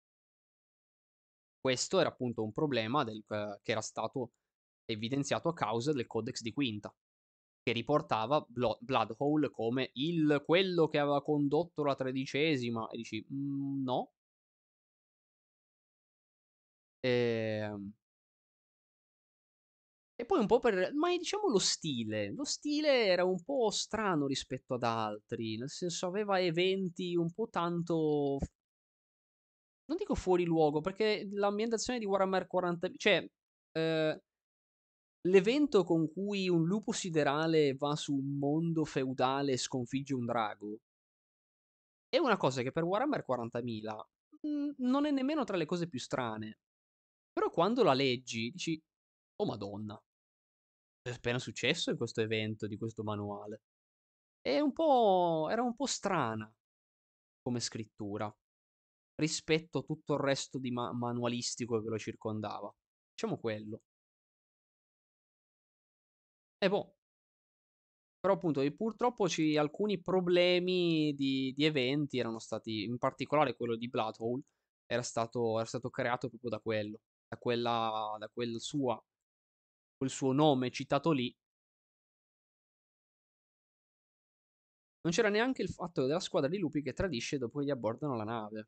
Questo era appunto un problema del- eh, che era stato evidenziato a causa del Codex di Quinta, che riportava Blo- Bloodhole come il, quello che aveva condotto la tredicesima. E dici, "Mm, no." Ehm, E poi un po' per ma diciamo lo stile. Lo stile era un po' strano rispetto ad altri, nel senso aveva eventi un po' tanto f non dico fuori luogo, perché l'ambientazione di Warhammer quaranta cioè, ehm, l'evento con cui un lupo siderale va su un mondo feudale e sconfigge un drago, è una cosa che per Warhammer quarantamila, mhmm, non è nemmeno tra le cose più strane. Però quando la leggi dici: "Oh madonna, è appena successo in questo evento di questo manuale." È un po' era un po' strana come scrittura, rispetto a tutto il resto di ma manualistico che lo circondava. Diciamo quello. E boh, però appunto e purtroppo ci alcuni problemi di di eventi erano stati in particolare quello di Bloodhole, era stato era stato creato proprio da quello, da quella da quel sua quel suo nome citato lì. Non c'era neanche il fatto della squadra di lupi che tradisce dopo che gli abbordano la nave.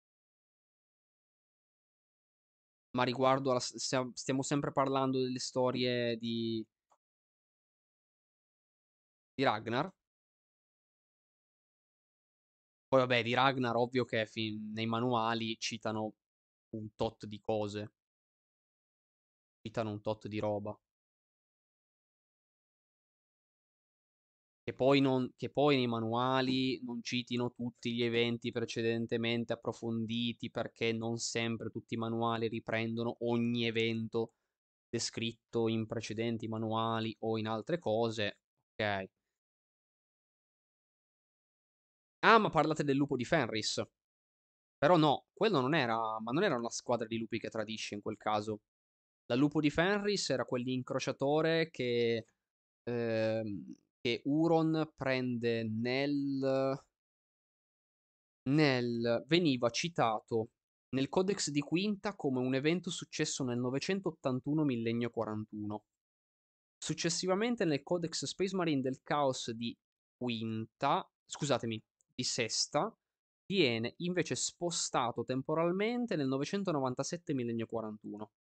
Ma riguardo alla s stia stiamo sempre parlando delle storie di di Ragnar? Poi vabbè di Ragnar ovvio che fi nei manuali citano un tot di cose, citano un tot di roba. Che poi non che poi nei manuali non citino tutti gli eventi precedentemente approfonditi, perché non sempre tutti i manuali riprendono ogni evento descritto in precedenti manuali o in altre cose, okay. Ah, ma parlate del lupo di Fenris. Però no, quello non era ma non era una squadra di lupi che tradisce in quel caso. La lupo di Fenris era quell'incrociatore che ehm, che Huron prende nel nel veniva citato nel Codex di Quinta come un evento successo nel novecentottantuno Millennio quarantuno. Successivamente nel Codex Space Marine del Caos di Quinta, scusatemi, di Sesta, viene invece spostato temporalmente nel novecentonovantasette Millennio quarantuno.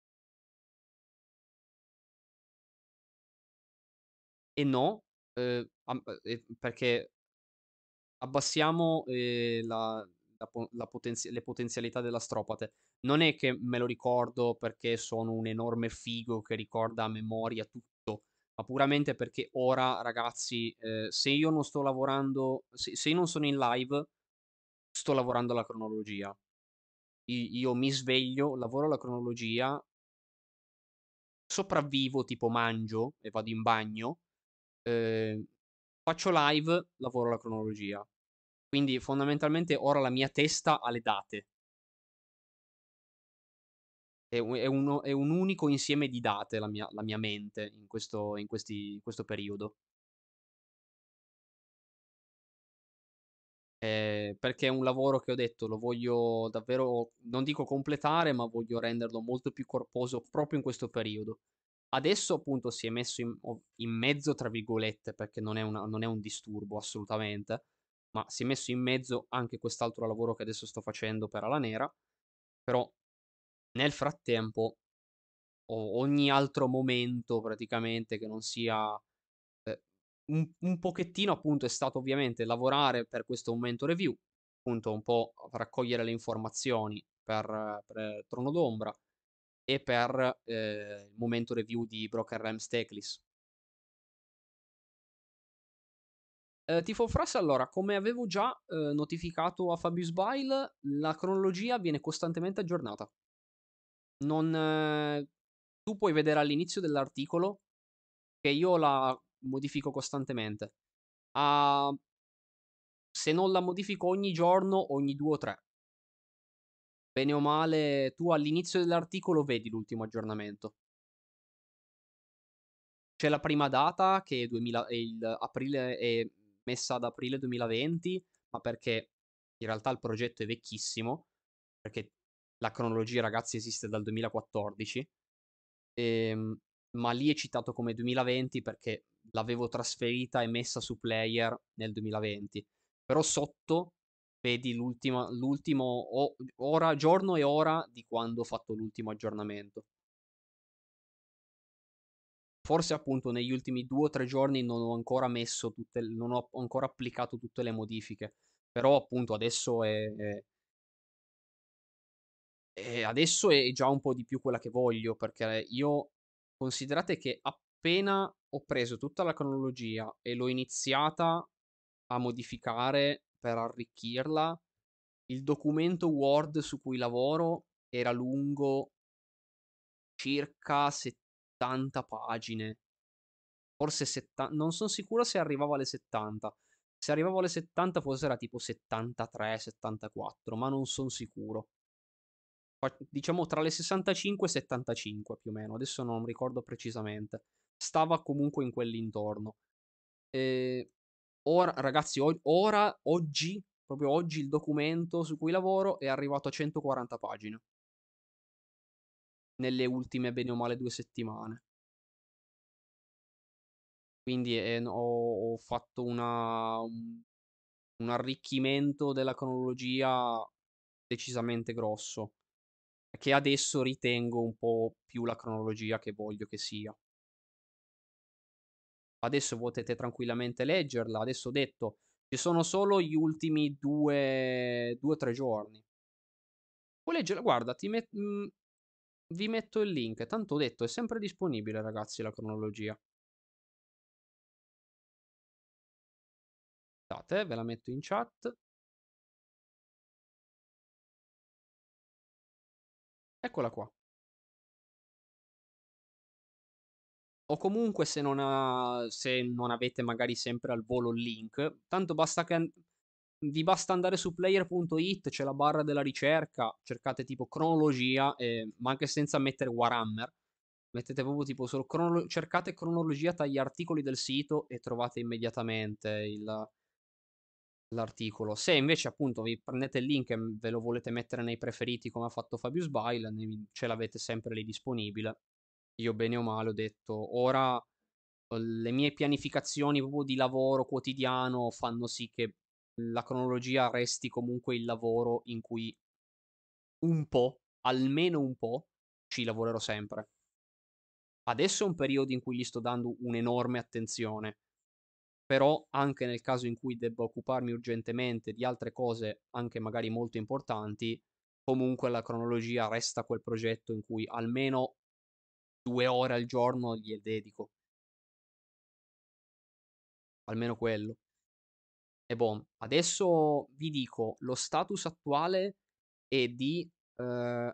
E no, ehm, am ehm, perché abbassiamo, ehm, la la po la potenzi le potenzialità dell'astropate. Non è che me lo ricordo perché sono un enorme figo che ricorda a memoria tutto, ma puramente perché ora, ragazzi, ehm, se io non sto lavorando se se io non sono in live, sto lavorando alla cronologia. I io mi sveglio, lavoro alla cronologia, sopravvivo, tipo mangio e vado in bagno, ehm, faccio live, lavoro alla cronologia. Quindi fondamentalmente ora la mia testa ha le date. È u è uno è un unico insieme di date la mia la mia mente in questo in questi in questo periodo. Ehm, perché è un lavoro che ho detto lo voglio davvero, non dico completare, ma voglio renderlo molto più corposo proprio in questo periodo. Adesso appunto si è messo in o "in mezzo" tra virgolette, perché non è una non è un disturbo assolutamente, ma si è messo in mezzo anche quest'altro lavoro che adesso sto facendo per Ala Nera, però nel frattempo o ogni altro momento praticamente che non sia, ehm, un un pochettino appunto è stato ovviamente lavorare per questo momento review, appunto un po' raccogliere le informazioni per per Trono d'Ombra e per, ehm, il momento review di Broken Realms Teclis. Ehm, Tifo Frass allora, come avevo già, uhm, notificato a Fabius Bile, la cronologia viene costantemente aggiornata. Non eh, tu puoi vedere all'inizio dell'articolo che io la modifico costantemente. A Se non la modifico ogni giorno, ogni due o tre. Bene o male, tu all'inizio dell'articolo vedi l'ultimo aggiornamento. C'è la prima data che è duemila è il aprile è messa ad aprile duemilaventi, ma perché in realtà il progetto è vecchissimo, perché la cronologia ragazzi esiste dal duemilaquattordici. Ehm, ma lì è citato come duemilaventi perché l'avevo trasferita e messa su Player nel duemilaventi. Però sotto vedi l'ultima l'ultimo o ora giorno e ora di quando ho fatto l'ultimo aggiornamento. Forse appunto negli ultimi due o tre giorni non ho ancora messo tutte l non ho ancora applicato tutte le modifiche, però appunto adesso è è Ehm, adesso è già un po' di più quella che voglio, perché io considerate che appena ho preso tutta la cronologia e l'ho iniziata a modificare per arricchirla, il documento Word su cui lavoro era lungo circa settanta pagine, forse setta non son sicuro se arrivavo alle settanta. Se arrivavo alle settanta forse era tipo settantatré, settantaquattro, ma non son sicuro. Fa diciamo tra le sessantacinque e settantacinque più o meno, adesso non ricordo precisamente. Stava comunque in quell'intorno. Ehm, ora ragazzi o ora oggi, proprio oggi il documento su cui lavoro è arrivato a centoquaranta pagine, nelle ultime bene o male due settimane. Quindi, ehm, ho ho fatto una un un arricchimento della cronologia decisamente grosso, che adesso ritengo un po' più la cronologia che voglio che sia. Adesso potete tranquillamente leggerla. Adesso ho detto, ci sono solo gli ultimi due due o tre giorni. Puoi leggerla, guarda, ti met mhmm, vi metto il link. Tanto ho detto, è sempre disponibile ragazzi la cronologia. Aspettate, ve la metto in chat. Eccola qua. O comunque se non ha se non avete magari sempre al volo il link, tanto basta che an vi basta andare su player punto it, c'è la barra della ricerca, cercate tipo cronologia, ehm, ma anche senza mettere Warhammer, mettete proprio tipo solo cronolo cercate cronologia tra gli articoli del sito e trovate immediatamente il l'articolo. Se invece appunto vi prendete il link e, mhmm, ve lo volete mettere nei preferiti come ha fatto Fabius Bile, ne ce l'avete sempre lì disponibile. Io bene o male ho detto: "Ora uhm, le mie pianificazioni proprio di lavoro quotidiano fanno sì che la cronologia resti comunque il lavoro in cui un po', almeno un po', ci lavorerò sempre. Adesso è un periodo in cui gli sto dando un'enorme attenzione, però anche nel caso in cui debba occuparmi urgentemente di altre cose, anche magari molto importanti, comunque la cronologia resta quel progetto in cui almeno due ore al giorno gliele dedico, almeno quello. E boh, adesso vi dico, lo status attuale è di, ehm,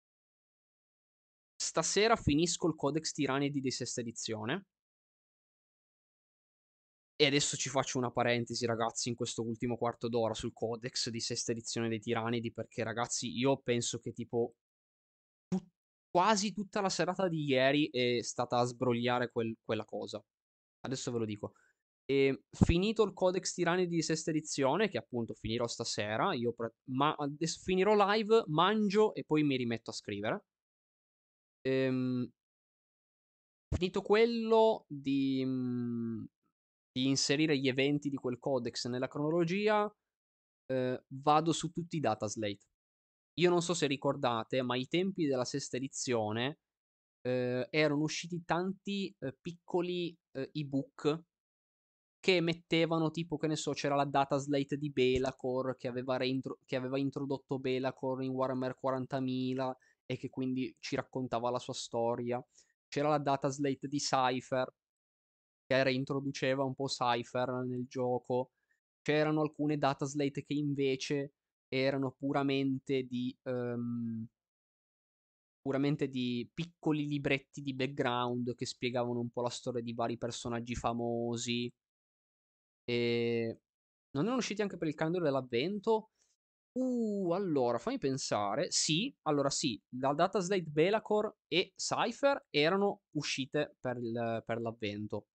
stasera finisco il Codex Tiranidi di sesta edizione e adesso ci faccio una parentesi ragazzi in questo ultimo quarto d'ora sul Codex di sesta edizione dei Tiranidi, perché ragazzi io penso che tipo quasi tutta la serata di ieri è stata a sbrogliare quel quella cosa. Adesso ve lo dico. Ehm, finito il Codex Tirannidi di sesta edizione, che appunto finirò stasera, io pra ma adesso finirò live, mangio e poi mi rimetto a scrivere. Ehm, finito quello di mhmm, di inserire gli eventi di quel codex nella cronologia, ehm, vado su tutti i dataslate. Io non so se ricordate, ma ai tempi della sesta edizione, ehm, erano usciti tanti, ehm, piccoli, ehm, ebook che mettevano tipo, che ne so, c'era la dataslate di Belacor che aveva reintro che aveva introdotto Belacor in Warhammer quarantamila e che quindi ci raccontava la sua storia. C'era la dataslate di Cypher che reintroduceva un po' Cypher nel gioco. C'erano alcune dataslate che invece erano puramente di ehm, puramente di piccoli libretti di background che spiegavano un po' la storia di vari personaggi famosi. Ehm, non erano usciti anche per il calendario dell'avvento? Uh, allora fammi pensare. Sì, allora sì, la dataslate Belacor e Cypher erano uscite per il per l'avvento.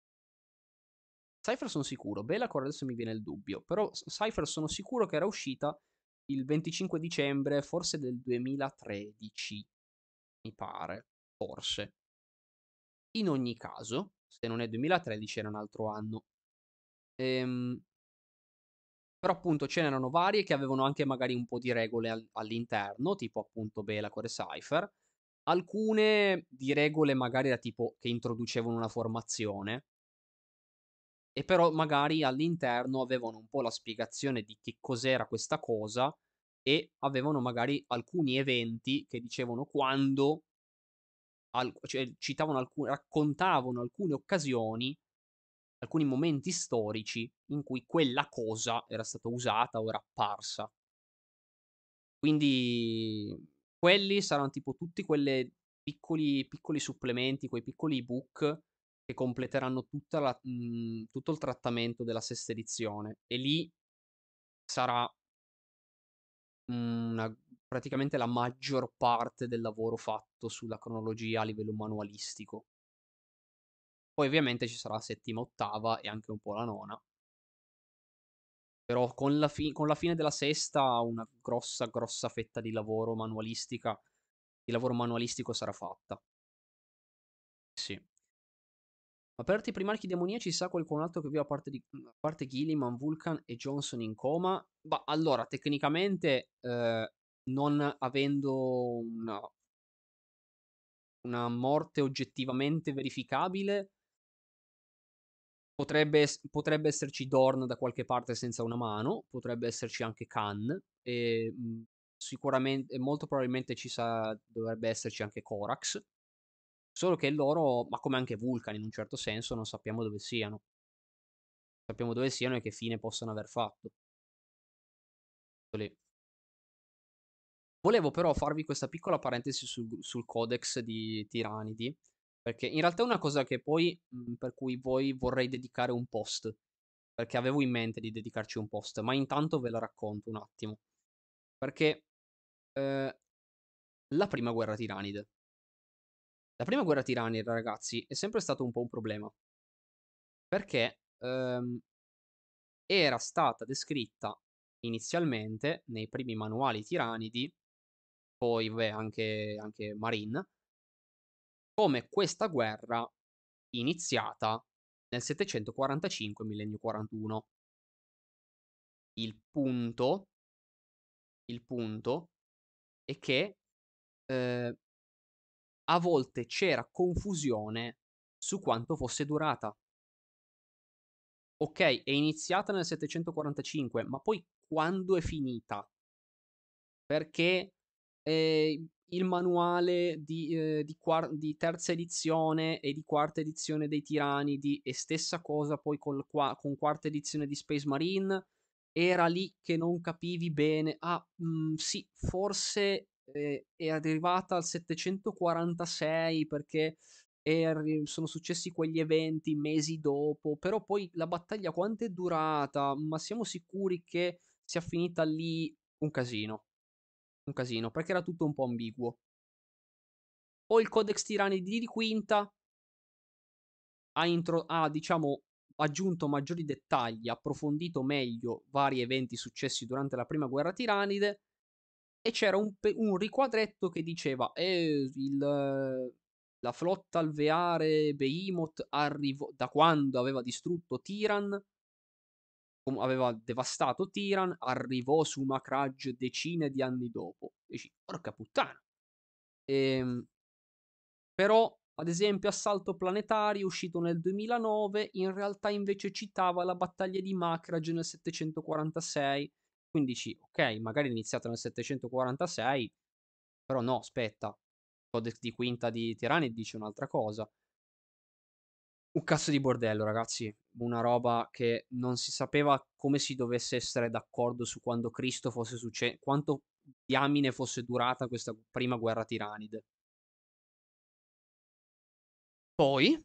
Cypher son sicuro, Belacor adesso mi viene il dubbio, però S Cypher sono sicuro che era uscita il venticinque dicembre, forse del duemilatredici, mi pare, forse. In ogni caso, se non è duemilatredici era un altro anno. Ehm, però appunto ce n'erano varie che avevano anche magari un po' di regole al all'interno, tipo appunto Belacor e Cypher. Alcune di regole magari da tipo che introducevano una formazione. E però magari all'interno avevano un po' la spiegazione di che cos'era questa cosa e avevano magari alcuni eventi che dicevano quando, al cioè citavano alcu raccontavano alcune occasioni, alcuni momenti storici in cui quella cosa era stata usata o era apparsa. Quindi quelli saran tipo tutti quelle piccoli piccoli supplementi, quei piccoli ebook che completeranno tutta la mhmm, tutto il trattamento della sesta edizione. E lì sarà mhmm, una praticamente la maggior parte del lavoro fatto sulla cronologia a livello manualistico. Poi ovviamente ci sarà la settima, ottava e anche un po' la nona. Però con la fi con la fine della sesta una grossa, grossa fetta di lavoro manualistica di lavoro manualistico sarà fatta. Sì. Aperti i primi archi demoniaci, sa qualcun altro che vive a parte di mhmm, a parte Gilliman, Vulcan e Johnson in coma? Bah, allora tecnicamente, ehm, non avendo una una morte oggettivamente verificabile potrebbe ess potrebbe esserci Dorn da qualche parte senza una mano, potrebbe esserci anche Khan, e, mhmm, sicuramen e molto probabilmente ci sa dovrebbe esserci anche Corax, solo che loro, ma come anche Vulcan in un certo senso, non sappiamo dove siano. Sappiamo dove siano e che fine possano aver fatto. Lì. Volevo però farvi questa piccola parentesi sul sul codex di Tiranidi, perché in realtà è una cosa che poi mhmm, per cui poi vorrei dedicare un post, perché avevo in mente di dedicarci un post, ma intanto ve la racconto un attimo. Perché, ehm, la prima guerra tiranide. La prima guerra tiranide, ragazzi, è sempre stato un po' un problema, perché, ehm, era stata descritta inizialmente nei primi manuali tiranidi, poi vabbè anche anche Marine, come questa guerra iniziata nel settecentoquarantacinque millennio quarantuno. Il punto il punto è che, ehm, a volte c'era confusione su quanto fosse durata. Okay, è iniziata nel settecentoquarantacinque, ma poi quando è finita? Perché, ehm, il manuale di ehm, di quar di terza edizione e di quarta edizione dei Tiranidi, e stessa cosa poi col qua con quarta edizione di Space Marine, era lì che non capivi bene. Ah, mhmm, sì, forse, ehm, è arrivata al settecentoquarantasei perché è arri sono successi quegli eventi mesi dopo, però poi la battaglia quanto è durata? Ma siamo sicuri che sia finita lì? Un casino. Un casino, perché era tutto un po' ambiguo. Poi il Codex Tiranidi di Quinta ha intro ha diciamo aggiunto maggiori dettagli, approfondito meglio vari eventi successi durante la prima guerra tiranide e c'era un pe un riquadretto che diceva: "Eh, il la flotta alveare Behemoth arrivò da quando aveva distrutto Tiran, com aveva devastato Tiran, arrivò su Makraj decine di anni dopo." Dici: "Porca puttana." Ehm Però, ad esempio, Assalto Planetario, uscito nel duemilanove, in realtà invece citava la battaglia di Makraj nel settecentoquarantasei. Quindi dici: "Okay, magari è iniziata nel settecentoquarantasei, però no, aspetta, Codex di Quinta di Tirani dice un'altra cosa." Un cazzo di bordello, ragazzi. Una roba che non si sapeva come si dovesse essere d'accordo su quando Cristo fosse succe quanto diamine fosse durata questa prima guerra tiranide. Poi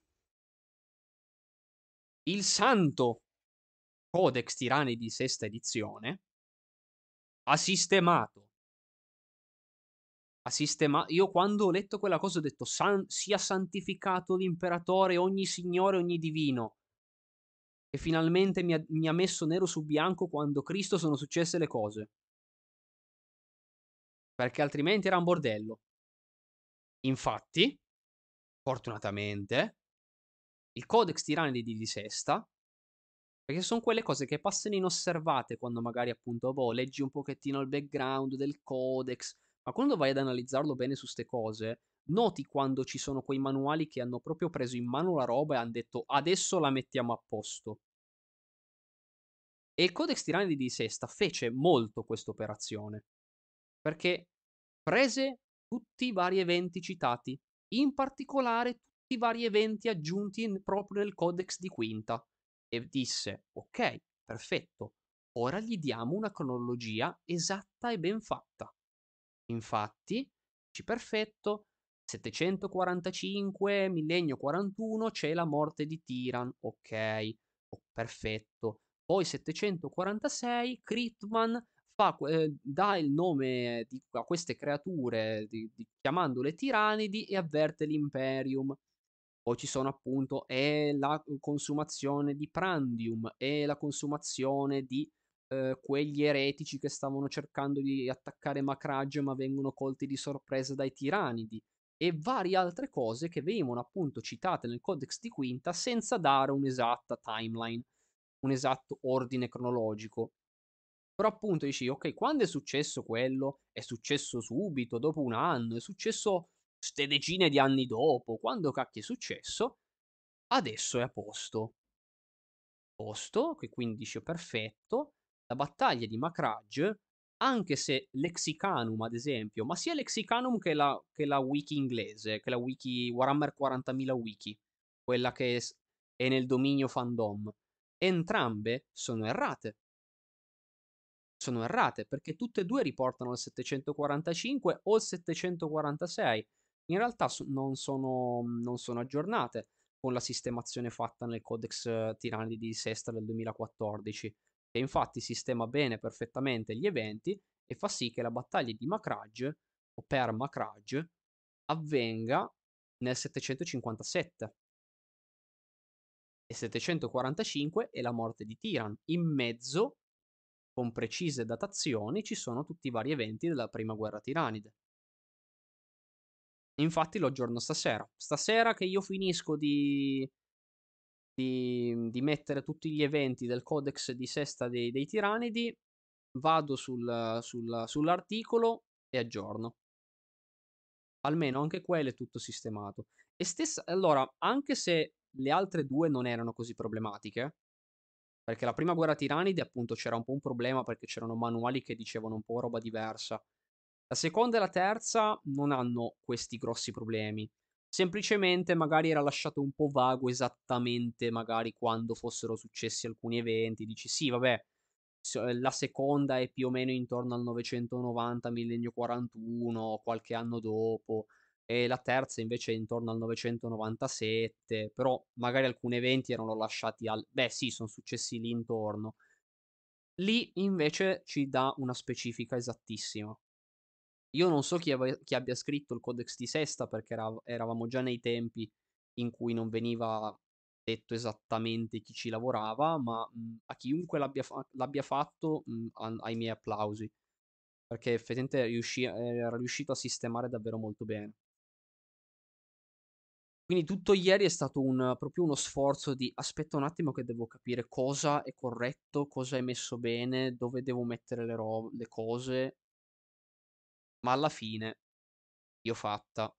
il santo Codex Tiranidi sesta edizione ha sistemato ha sistema io quando ho letto quella cosa ho detto: "San sia santificato l'imperatore, ogni signore, ogni divino, che finalmente mi ha mi ha messo nero su bianco quando Cristo sono successe le cose, perché altrimenti era un bordello." Infatti, fortunatamente, il Codex Tiranidi di sesta, perché son quelle cose che passano inosservate quando magari appunto, boh, leggi un pochettino il background del codex, ma quando vai ad analizzarlo bene su 'ste cose, noti quando ci sono quei manuali che hanno proprio preso in mano la roba e han detto: "Adesso la mettiamo a posto." E il Codex Tirannidi di Sesta fece molto quest'operazione, perché prese tutti i vari eventi citati, in particolare tutti i vari eventi aggiunti n proprio nel Codex di Quinta, e disse: "Okay, perfetto, ora gli diamo una cronologia esatta e ben fatta." Infatti, dici: "Perfetto, settecentoquarantacinque, millennio quarantuno c'è la morte di Tiran." Okay, o perfetto. Poi settecentoquarantasei Critman fa que ehm, dà il nome di a queste creature di di chiamandole Tiranidi e avverte l'Imperium. Poi ci sono appunto e la, uhm, consumazione di Prandium, e la consumazione di, ehm, quegli eretici che stavano cercando di attaccare Makraj, ma vengono colti di sorpresa dai Tiranidi, e varie altre cose che venivano appunto citate nel Codex di Quinta senza dare un'esatta timeline, un esatto ordine cronologico. Però appunto dici: "Okay, quando è successo quello? È successo subito, dopo un anno, è successo 'ste decine di anni dopo, quando cacchio è successo?" Adesso è a posto. Posto, che quindi dice: "Perfetto, la battaglia di Makraj, anche se Lexicanum ad esempio, ma sia Lexicanum che la che la wiki inglese, che la wiki Warhammer quarantamila wiki, quella che s è nel dominio fandom, entrambe sono errate." Sono errate, perché tutte e due riportano il settecentoquarantacinque o il settecentoquarantasei. In realtà so non sono non sono aggiornate con la sistemazione fatta nel Codex eh, Tirannidi di Sesta del duemilaquattordici, che infatti sistema bene perfettamente gli eventi e fa sì che la battaglia di Makraj, o per Makraj, avvenga nel settecentocinquantasette. E settecentoquarantacinque è la morte di Tiran. In mezzo, con precise datazioni, ci sono tutti i vari eventi della prima guerra tiranide. Infatti lo aggiorno stasera. Stasera che io finisco di, di, di mettere tutti gli eventi del codex di sesta dei, dei tiranidi, vado sul, sul- sull'articolo e aggiorno. Almeno anche quello è tutto sistemato. E stessa, allora, anche se le altre due non erano così problematiche, perché la prima guerra tiranide appunto c'era un po' un problema perché c'erano manuali che dicevano un po' roba diversa. La seconda e la terza non hanno questi grossi problemi. Semplicemente magari era lasciato un po' vago esattamente magari quando fossero successi alcuni eventi. Dici sì, vabbè, s- la seconda è più o meno intorno al novecentonovanta, millennio quarantuno, qualche anno dopo, e la terza invece è intorno al novecentonovantasette, però magari alcuni eventi erano lasciati al... Beh sì, sono successi lì intorno. Lì invece ci dà una specifica esattissima. Io non so chi ave chi abbia scritto il Codex di Sesta perché erav eravamo già nei tempi in cui non veniva detto esattamente chi ci lavorava, ma, mhmm, a chiunque l'abbia fa l'abbia fatto, mhmm, an ai miei applausi, perché effettivamente riuscì era riuscito a sistemare davvero molto bene. Quindi tutto ieri è stato un proprio uno sforzo di: "Aspetta un attimo che devo capire cosa è corretto, cosa è messo bene, dove devo mettere le ro le cose", ma alla fine io fatta.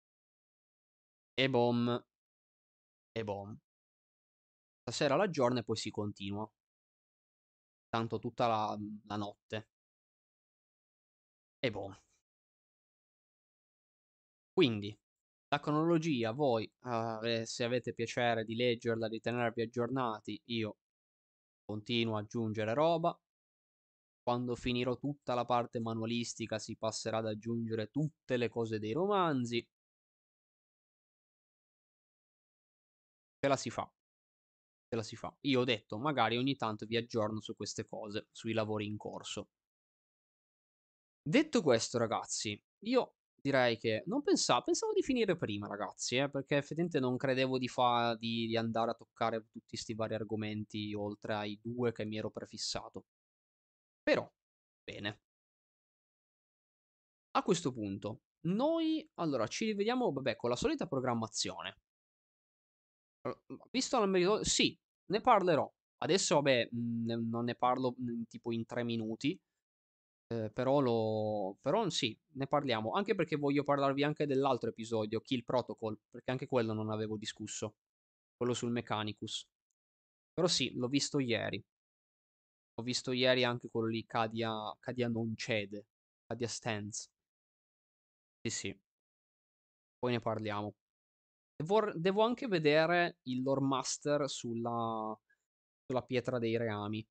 E bom, e bom. Stasera la aggiorno e poi si continua. Tanto tutta la mhmm, la notte. E bom. Quindi, la cronologia voi, ave se avete piacere di leggerla, di tenervi aggiornati, io continuo ad aggiungere roba. Quando finirò tutta la parte manualistica si passerà ad aggiungere tutte le cose dei romanzi. Ce la si fa, ce la si fa. Io ho detto magari ogni tanto vi aggiorno su queste cose, sui lavori in corso. Detto questo ragazzi, io direi che non pensa pensavo di finire prima ragazzi, eh, perché effettivamente non credevo di fa di di andare a toccare tutti 'sti vari argomenti oltre ai due che mi ero prefissato. Però, bene. A questo punto, noi allora ci rivediamo, vabbè, con la solita programmazione. Uhm, mhmm, visto la mio sì, ne parlerò. Adesso vabbè, mhmm, ne non ne parlo, mhmm, tipo in tre minuti, ehm, però lo però sì, ne parliamo, anche perché voglio parlarvi anche dell'altro episodio, Kill Protocol, perché anche quello non avevo discusso, quello sul Mechanicus. Però sì, l'ho visto ieri. Ho visto ieri anche quello lì, Cadia Cadia non cede, Cadia stands. Sì, sì, poi ne parliamo. Vor devo anche vedere il lore master sulla sulla pietra dei reami,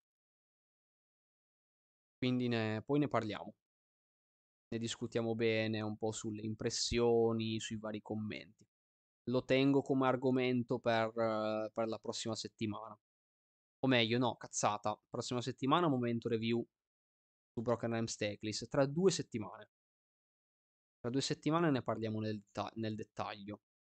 quindi ne poi ne parliamo. Ne discutiamo bene un po' sulle impressioni, sui vari commenti. Lo tengo come argomento per per la prossima settimana. O meglio, no, cazzata. Prossima settimana momento review su Broken Realms Teclis. Tra due settimane. Tra due settimane ne parliamo nel deta nel dettaglio.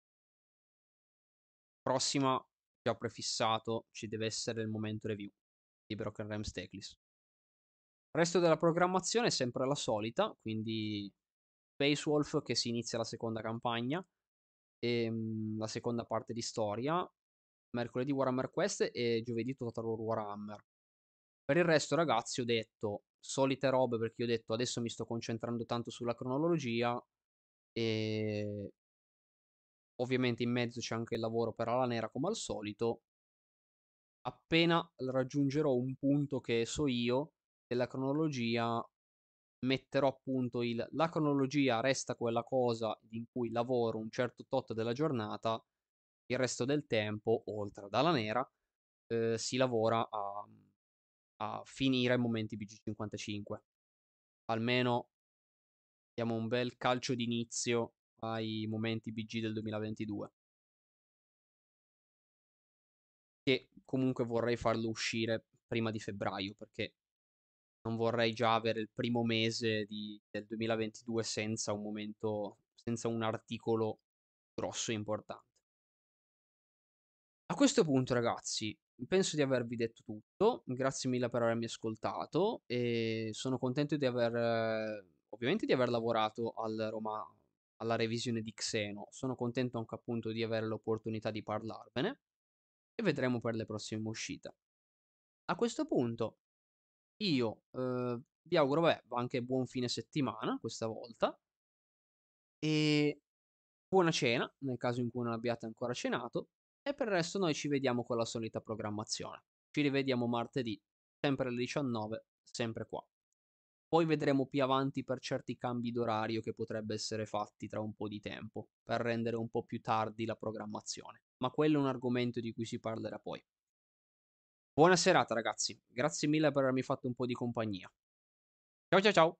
Prossima, già prefissato, ci deve essere il momento review di Broken Realms Teclis. Resto della programmazione è sempre la solita, quindi Space Wolf che si inizia la seconda campagna, ehm, la seconda parte di storia, mercoledì Warhammer Quest e giovedì Total War Warhammer. Per il resto ragazzi ho detto, solite robe perché io ho detto adesso mi sto concentrando tanto sulla cronologia e ovviamente in mezzo c'è anche il lavoro per Ala Nera come al solito. Appena raggiungerò un punto che so io della cronologia, metterò appunto il la cronologia resta quella cosa in cui lavoro un certo tot della giornata, il resto del tempo, oltre ad Ala Nera, ehm, si lavora a mhmm, a finire momenti B G cinquantacinque. Almeno diamo un bel calcio d'inizio ai momenti B G del duemilaventidue. Che comunque vorrei farlo uscire prima di febbraio, perché non vorrei già avere il primo mese di del duemilaventidue senza un momento senza un articolo grosso e importante. A questo punto ragazzi, penso di avervi detto tutto. Grazie mille per avermi ascoltato e sono contento di aver eh, ovviamente di aver lavorato al Roma alla revisione di Xeno. Sono contento anche appunto di avere l'opportunità di parlarvene e vedremo per le prossime uscite. A questo punto io, uhm, vi auguro, vabbè, anche buon fine settimana questa volta e buona cena, nel caso in cui non abbiate ancora cenato, e per il resto noi ci vediamo con la solita programmazione. Ci rivediamo martedì, sempre alle diciannove, sempre qua. Poi vedremo più avanti per certi cambi d'orario che potrebbe essere fatti tra un po' di tempo, per rendere un po' più tardi la programmazione. Ma quello è un argomento di cui si parlerà poi. Buona serata ragazzi, grazie mille per avermi fatto un po' di compagnia. Ciao ciao ciao.